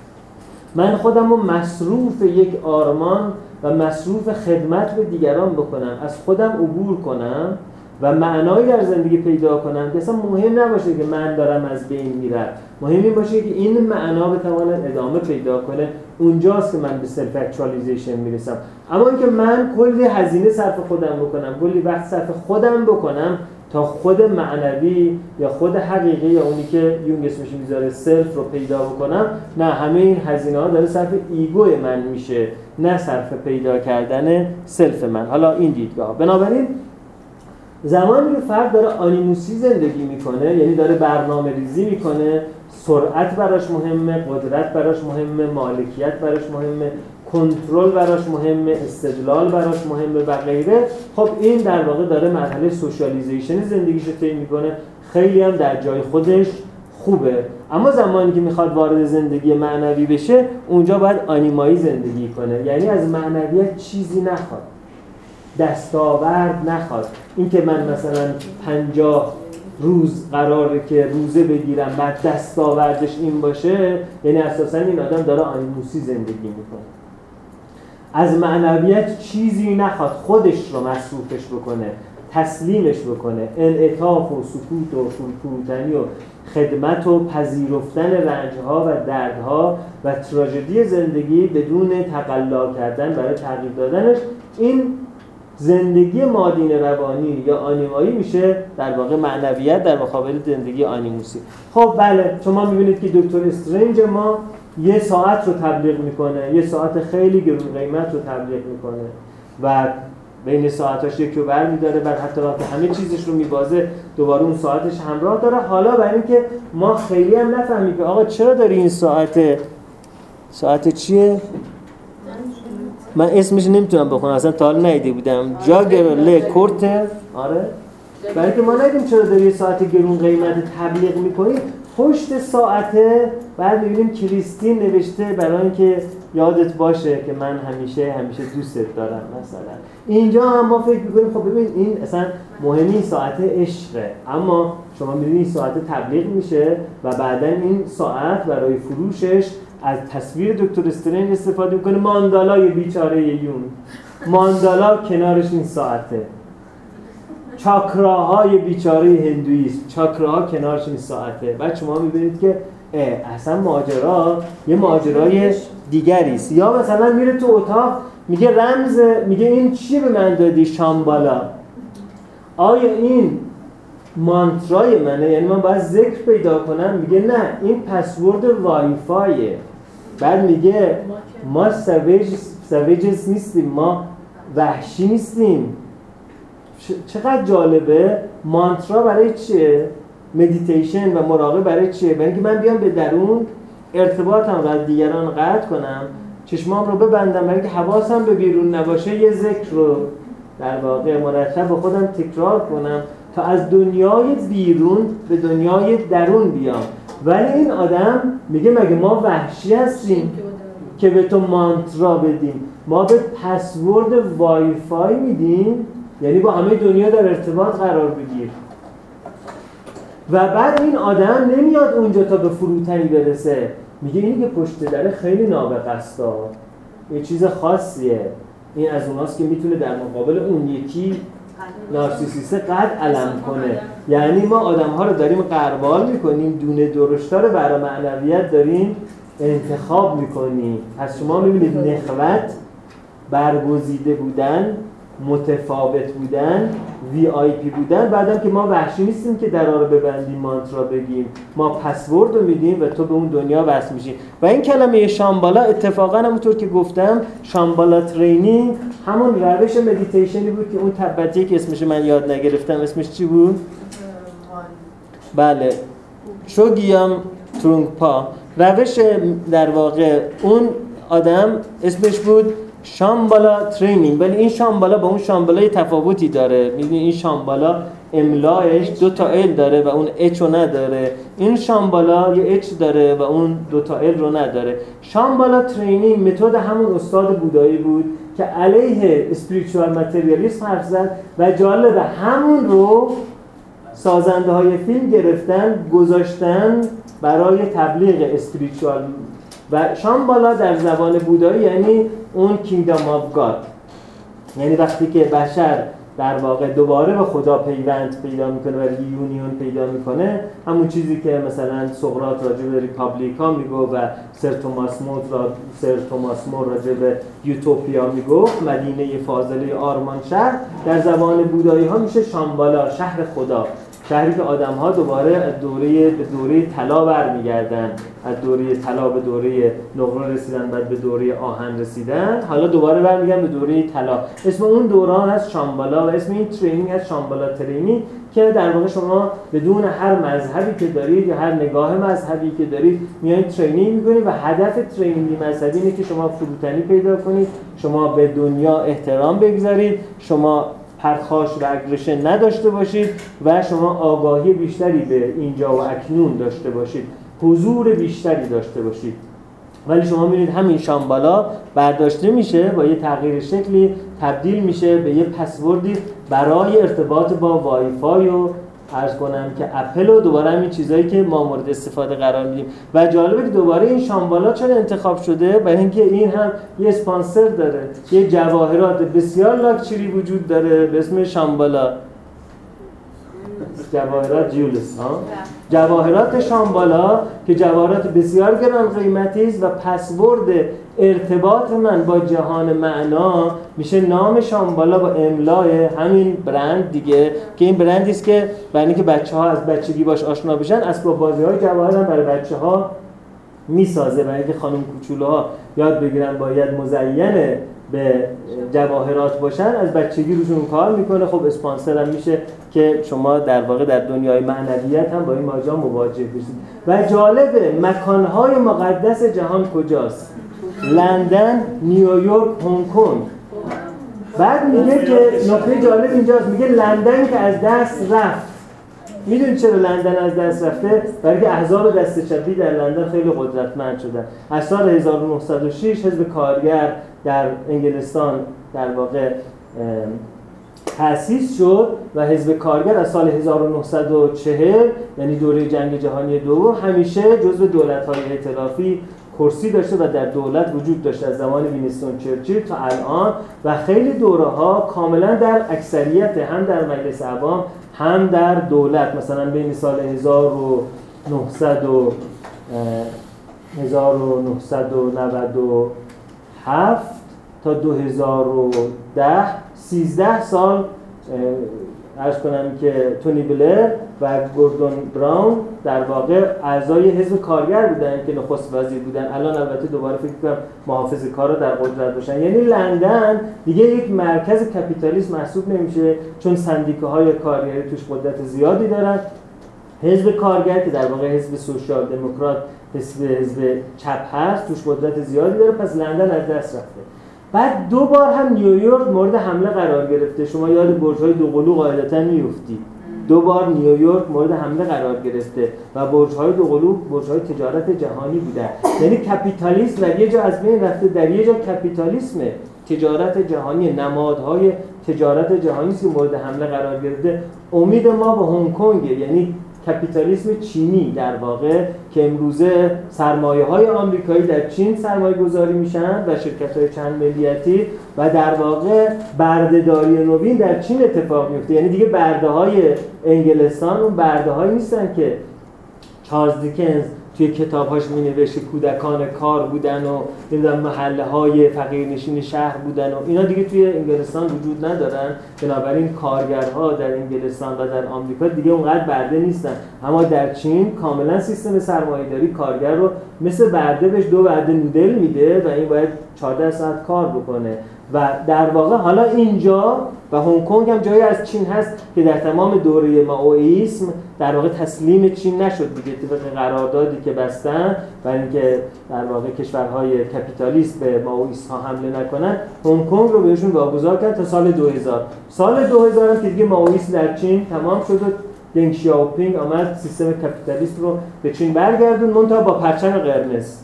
من خودم رو مصروف یک آرمان و مصروف خدمت به دیگران بکنم، از خودم عبور کنم و معنایی در زندگی پیدا کنم که اصلا مهم نباشه که من دارم از بین میرم. مهم این باشه که این معنا بتواند ادامه پیدا کنه. اونجاست که من به سلف اکچوالیزیشن میرسم. اما اینکه من کلی هزینه صرف خودم بکنم، کلی وقت صرف خودم بکنم تا خود معنوی یا خود حقیقی یا اونی که یونگ اسمش میذاره سلف رو پیدا بکنم، نه، همه این هزینه ها داره صرف ایگو من میشه، نه صرف پیدا کردن سلف من. حالا این دیدگاه. بنابراین زمانی که فرد داره آنیموسی زندگی میکنه، یعنی داره برنامه ریزی میکنه، سرعت براش مهمه، قدرت براش مهمه، مالکیت براش مهمه، کنترل براش مهمه، استدلال براش مهمه و غیره، خب این در واقع داره مرحله سوشالیزیشن زندگیش رو طی میکنه. خیلی هم در جای خودش خوبه. اما زمانی که میخواد وارد زندگی معنوی بشه، اونجا باید آنیمایی زندگی کنه، یعنی از معنویت چیزی نخواد، دستاورد نخواد. این که من مثلا 50 روز قراره که روزه بگیرم بعد دستاوردش این باشه، یعنی اساسا این آدم داره آنیموسی زندگی میکنه، از معنویت چیزی نخواد، خودش رو مصروفش بکنه، تسلیمش بکنه، انعطاف و سکوت و فروتنی و خدمت و پذیرفتن رنجها و دردها و تراژدی زندگی بدون تقلا کردن برای تغییر دادنش، این زندگی مادین روانی یا آنیمایی میشه در واقع معنویت در مقابل زندگی آنیموسی. خب بله، شما میبینید که دکتر استرنج ما یه ساعت رو تبلیغ میکنه، یه ساعت خیلی گرون قیمت رو تبلیغ میکنه و بین ساعتاش یکی رو برمی‌داره، بعد حتی وقتی همه چیزش رو میبازه دوباره اون ساعتش همراه داره. حالا برای اینکه ما خیلی هم نفهمیم که آقا چرا داری این ساعت چیه؟ من اسمش نمیتونم بخونم، اصلا تا حالا ندیده بودم. جاگر ل کورتر. آره، برای اینکه ما ندیدیم چرا داری یه ساعت گرون قیمت تبلیغ میکنی. پشت ساعته بعد میبینیم کریستین نوشته برای اینکه یادت باشه که من همیشه دوستت دارم مثلا. اینجا هم ما فکر میکنیم خب ببین این اصلا مهمی ساعت عشقه، اما شما میبینید این ساعت تبلیغ میشه و بعداً این ساعت برای فروشش از تصویر دکتر استرنج استفاده میکنه. ماندالای بیچاره یون، ماندالا کنارش این ساعته، چاکراهای بیچاره هندویسم، چاکراها کنارش این ساعته. بعد شما میبینید که اصلا ماجرا یه ماجرای دیگری است. یا مثلا میره تو اتاق میگه میگه این چی به من دادی شامبالا، آیا این مانترای منه؟ یعنی من باید ذکر پیدا کنم؟ میگه نه، این پسورد وای فایه. بعد میگه ما سویجز نیستیم، ما وحشی نیستیم. چقدر جالبه. مانترا برای چیه؟ مدیتیشن و مراقبه برای چیه؟ برای اینکه من بیام به درون ارتباطم رو از دیگران قطع کنم، چشمام رو ببندم، برای اینکه حواسم به بیرون نباشه، یه ذکر رو در واقع مرتب به خودم تکرار کنم تا از دنیای بیرون به دنیای درون بیام. ولی این آدم میگه مگه ما وحشی هستیم که به تو مانترا بدیم؟ ما به پسورد وای فای میدیم، یعنی با همه دنیا در ارتباط قرار بگیر. و بعد این آدم نمیاد اونجا تا به فروتنی برسه، میگه اینی که پشت دره خیلی نابغه است، یه چیز خاصیه، این از اوناست که میتونه در مقابل اون یکی نارسیسیسته قد علم کنه. یعنی ما آدم ها رو داریم غربال میکنیم، دونه درشتا رو برای معنویت داریم انتخاب میکنیم. پس شما میبینید نخوت، برگزیده بودن، متفاوت بودن، VIP بودن. بعدم که ما وحشی نیستیم که درا رو ببندیم، مانترا بگیم، ما پسورد رو میدیم و تو به اون دنیا وصل میشی. و این کلمه شامبالا اتفاقا همونطور که گفتم شامبالا ترینینگ همون روش مدیتیشنی بود که اون تبتی که اسمش من یاد نگرفتم، اسمش چی بود؟ بله، چوگیام ترونگپا. روش در واقع اون آدم اسمش بود شامبالا ترینینگ. ولی این شامبالا با اون شامبالا تفاوتی داره. می‌بینید این شامبالا املایش 2 تا ال داره و اون اچ رو نداره. این شامبالا یه اچ داره و اون 2 تا ال رو نداره. شامبالا ترینینگ متد همون استاد بودایی بود که علیه اسپریچوال متریالیسم حرف زد و جالبه همون رو سازنده های فیلم گرفتن گذاشتن برای تبلیغ اسپریچوال. و شامبالا در زبان بودایی یعنی اون کینگدام آف گاد، یعنی وقتی که بشر در واقع دوباره به خدا پیوند پیدا میکنه و ریونیون پیدا میکنه، همون چیزی که مثلا سقراط راجع به ریپابلیکا میگو و سر توماس مور راجع به یوتوپیا میگفت، مدینه فاضله آرمان شهر، در زبان بودایی ها میشه شامبالا، شهر خدا، شهری که آدم ها دوباره از دوره طلا برمیگردن، از دوره طلا به دوره نقره رسیدن، بعد به دوره آهن رسیدن، حالا دوباره برمیگردن به دوره طلا. اسم اون دوران از شامبالا و اسم این ترینینگ از شامبالا ترینینگ که در واقع شما بدون هر مذهبی که دارید یا هر نگاه مذهبی که دارید میایید ترینینگ میکنید و هدف ترینینگ مذهبی اینه که شما فروتنی پیدا کنید، شما به دنیا احترام بگذارید، شما پرخاش و اگریشن نداشته باشید و شما آگاهی بیشتری به اینجا و اکنون داشته باشید، حضور بیشتری داشته باشید. ولی شما می‌بینید همین شامبالا برداشته میشه با یه تغییر شکلی تبدیل میشه به یه پسوردی برای ارتباط با وای فای و عرض کنم که اپل و دوباره همین چیزایی که ما مورد استفاده قرار میدیم. و جالبه که دوباره این شامبالا چرا انتخاب شده؟ برای اینکه این هم یه اسپانسر داره، یه جواهرات بسیار لاکچری وجود داره به اسم شامبالا، جواهرات جیولس ها، جواهرات شامبالا که جواهرات بسیار گران قیمتی است و پسورد ارتباط من با جهان معنا میشه نام شامبالا با املای همین برند دیگه، که این برندی است که برای اینکه بچه‌ها از بچگی باش آشنا بشن اسباب بازی‌های جواهر هم برای بچه‌ها میسازه، برای اینکه خانم کوچولوها یاد بگیرن باید مزین به جواهرات باشن، از بچگی روشون کار میکنه. خب اسپانسر هم میشه که شما در واقع در دنیای معنویت هم با این ماجرا مواجه بشید. و جالبه مکانهای مقدس جهان کجاست؟ لندن، نیویورک، هنگ کنگ. بعد میگه که نکته جالب اینجاست، میگه لندن که از دست رفت. میدونید چرا لندن از دست رفته؟ برای که احزاب دست چپی در لندن خیلی قدرتمند شدن. از سال 1906 حزب کارگر در انگلستان در واقع تأسیس شد و حزب کارگر از سال 1940 یعنی دوره جنگ جهانی دوم همیشه جزو دولت‌های ائتلافی کرسی داشته و در دولت وجود داشته از زمان وینستون چرچیل تا الان، و خیلی دوره‌ها کاملا در اکثریت هم در مجلس عوام هم در دولت، مثلا بین سال 1997 تا 2010 13 سال عرض کنم که تونی بلر و گوردون براون در واقع اعضای حزب کارگر بودن که نخست وزیر بودن. الان البته دوباره فکر کنم محافظه کارا در قدرت باشن. یعنی لندن دیگه یک مرکز کپیتالیسم محسوب نمیشه، چون سندیکاهای کارگری توش قدرت زیادی دارن. حزب کارگر که در واقع حزب سوشال دموکرات حزب چپ هست توش قدرت زیادی داره، پس لندن از دست رفته. بعد دو بار هم نیویورک مورد حمله قرار گرفته. شما یاد برج‌های دوقلو قاعدتاً میافتید. دو بار نیویورک مورد حمله قرار گرفته و برج‌های دوقلو برج‌های تجارت جهانی بودن. یعنی کپیتالیسم در یه جا از بین رفته، در یه جا کپیتالیسم تجارت جهانی، نمادهای تجارت جهانی که مورد حمله قرار گرفته. امید ما به هنگ کنگ، یعنی کپیتالیسم چینی در واقع که امروزه سرمایه‌های آمریکایی در چین سرمایه‌گذاری میشن و شرکت‌های چند ملیتی و در واقع بردهداری نوین در چین اتفاق میفته. یعنی دیگه برده‌های انگلستان اون برده‌هایی نیستن که چارلز دیکنز توی کتاب‌هاش می‌نوشته کودکان کار بودن و نمیدونم محله‌های فقیرنشین شهر بودن و اینا دیگه توی انگلستان وجود ندارن. بنابراین کارگرها در انگلستان و در آمریکا دیگه اونقدر برده نیستن. اما در چین کاملا سیستم سرمایه‌داری کارگر رو مثل برده بهش 2 برده نودل میده و این باید 14 ساعت کار بکنه. و در واقع حالا اینجا و هنگ کنگ هم جایی از چین هست که در تمام دوره مائوئیسم در واقع تسلیم چین نشد دیگه، طبق قراردادی که بستن برای اینکه در واقع کشورهای کپیتالیست به مائوئیست ها حمله نکنن، هنگ کنگ رو بهشون واگذار کرد تا سال 2000. سال 2000 هم که دیگه مائوئیسم در چین تمام شد و دنگ شیائوپینگ آمد سیستم کپیتالیست رو به چین برگردون، منتها با پرچم قرمز.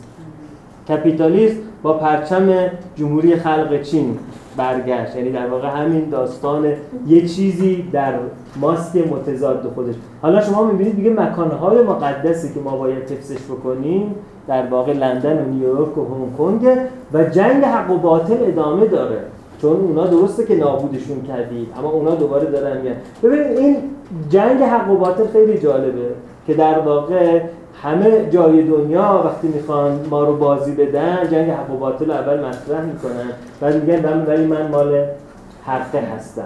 کپیتالیسم با پرچم جمهوری خلق چین برگشت. یعنی در واقع همین داستان یه چیزی در ماسک متضاد خودش. حالا شما می‌بینید دیگه مکان‌های مقدسی که ما باید حفظش بکنیم در واقع لندن و نیویورک و هنگ کنگ و جنگ حق و باطل ادامه داره، چون اونا درسته که نابودشون کردید اما اونا دوباره دارن میان. ببینید این جنگ حق و باطل خیلی جالبه که در واقع همه جای دنیا وقتی میخوان ما رو بازی بدن جنگ حق و باطل رو اول مطرح میکنن، بعد میگن ولی من مال حقه هستم.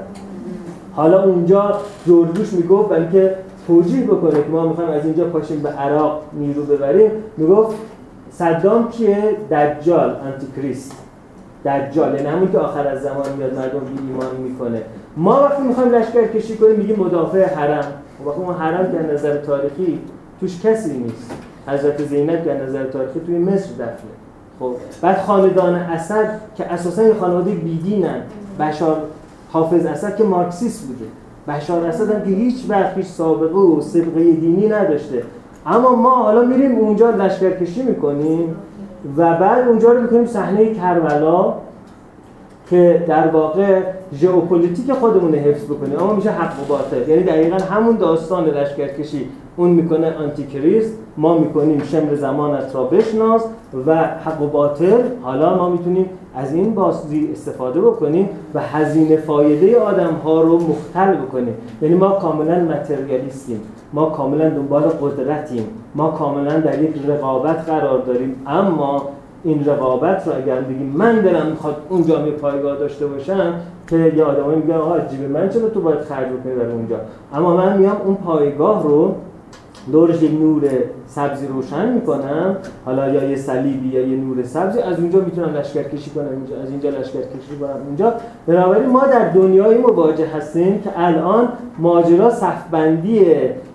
حالا اونجا جورج بوش میگفت برای اینکه توجیه بکنه که ما میخوایم از اینجا پاشیم به عراق نیرو ببریم، میگفت صدام کیه؟ دجال، آنتی کریست. دجال یعنی همون که آخر از زمان میاد مردم بی ایمانی میکنه. ما وقتی میخوایم لشکر کشی کنیم میگیم مدافع حرم. وقتی اون حرم که از نظر تاریخی توش کسی نیست. حضرت زینب که از نظر تاریخی توی مصر دفنه. خب بعد خاندان اسد که اساسا یه خانواده بیدینن، بشار حافظ اسد که مارکسیست بوده، بشار اسد هم که هیچ وقت هیچ سابقه و سابقه دینی نداشته، اما ما حالا میریم اونجا لشکرکشی میکنیم و بعد اونجا رو میکنیم صحنه کربلا که در واقع ژئوپلیتیک خودمون رو حفظ بکنیم، اما میشه حق و باطل. یعنی دقیقاً همون داستان لشکرکشی اون میکنه آنتی کریست، ما میکنیم شمر زمانت را بشناس، و حق و باطل حالا ما میتونیم از این بازی استفاده بکنیم و هزینه فایده آدم ها رو مختل بکنیم. یعنی ما کاملا متریالیستیم، ما کاملا دنبال قدرتیم، ما کاملا در یک رقابت قرار داریم، اما این رقابت رو اگر بگیم من دلم میخواد اون جامعه پایگاه داشته باشم، که یه آدمایی میگن آقا جیب من چرا تو باید خرج بکنی برای اونجا، اما من میام اون پایگاه رو دورش یک نور سبزی روشن میکنم، حالا یا یه صلیبی یا یه نور سبزی، از اونجا میتونم لشکرکشی کنم اینجا، از اینجا لشکرکشی کنم اونجا. بنابراین ما در دنیایی مواجه هستیم که الان ماجرا صفبندی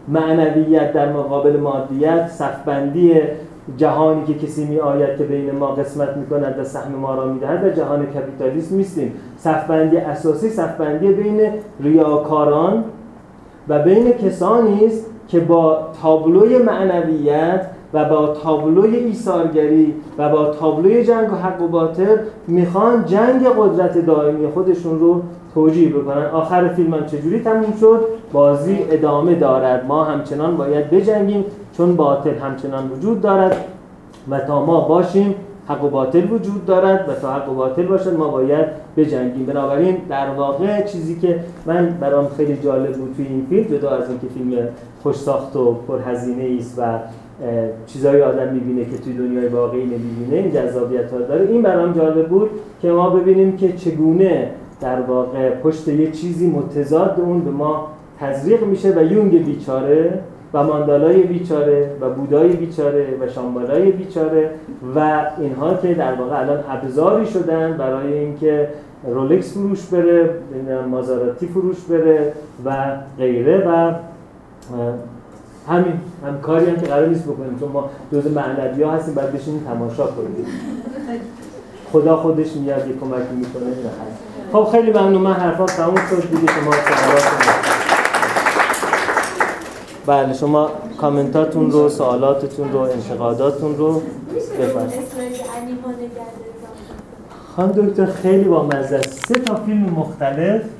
معنویت در مقابل مادیت، صفبندی جهانی که کسی می آید که بین ما قسمت میکند و سهم ما را میدهد و جهان کپیتالیسم نیستیم. صفبندی اساسی صفبندی بین ریاکاران و بین کسانی است که با تابلوی معنویت و با تابلوی ایثارگری و با تابلوی جنگ و حق و باطل میخوان جنگ قدرت دائمی خودشون رو توجیه بکنن. آخر فیلم هم چجوری تموم شد؟ بازی ادامه دارد، ما همچنان باید بجنگیم چون باطل همچنان وجود دارد و تا ما باشیم حق و باطل وجود دارد و تا حق و باطل باشد ما باید بجنگیم. بنابراین در واقع چیزی که من برام خیلی جالب بود توی این فیلم، جدا از اینکه فیلم خوش ساخت و پرهزینه است و چیزایی آدم میبینه که توی دنیای واقعی نمیبینه، این جذابیت ها داره، این برام جالب بود که ما ببینیم که چگونه در واقع پشت یه چیزی متضاد اون به ما تزریق میشه و یونگ بیچاره و ماندالای بیچاره و بودای بیچاره و شامبالای بیچاره و اینها که در واقع الان ابزاری شدن برای اینکه رولکس فروش بره، مازاراتی فروش بره و غیره، و همین کاری هم که قرار نیست بکنیم چون ما جزء معنوی‌ها هستیم، باید بشینیم تماشا کنیم. خدا خودش میاد یه کمکی میکنه. خب خیلی ممنون، من حرفام تموم شد دیگه، شما سوالات بله شما کامنتاتون رو، سوالاتتون رو، انتقاداتون رو بفرمایید. خانم دکتر خیلی با مزه است، 3 تا فیلم مختلف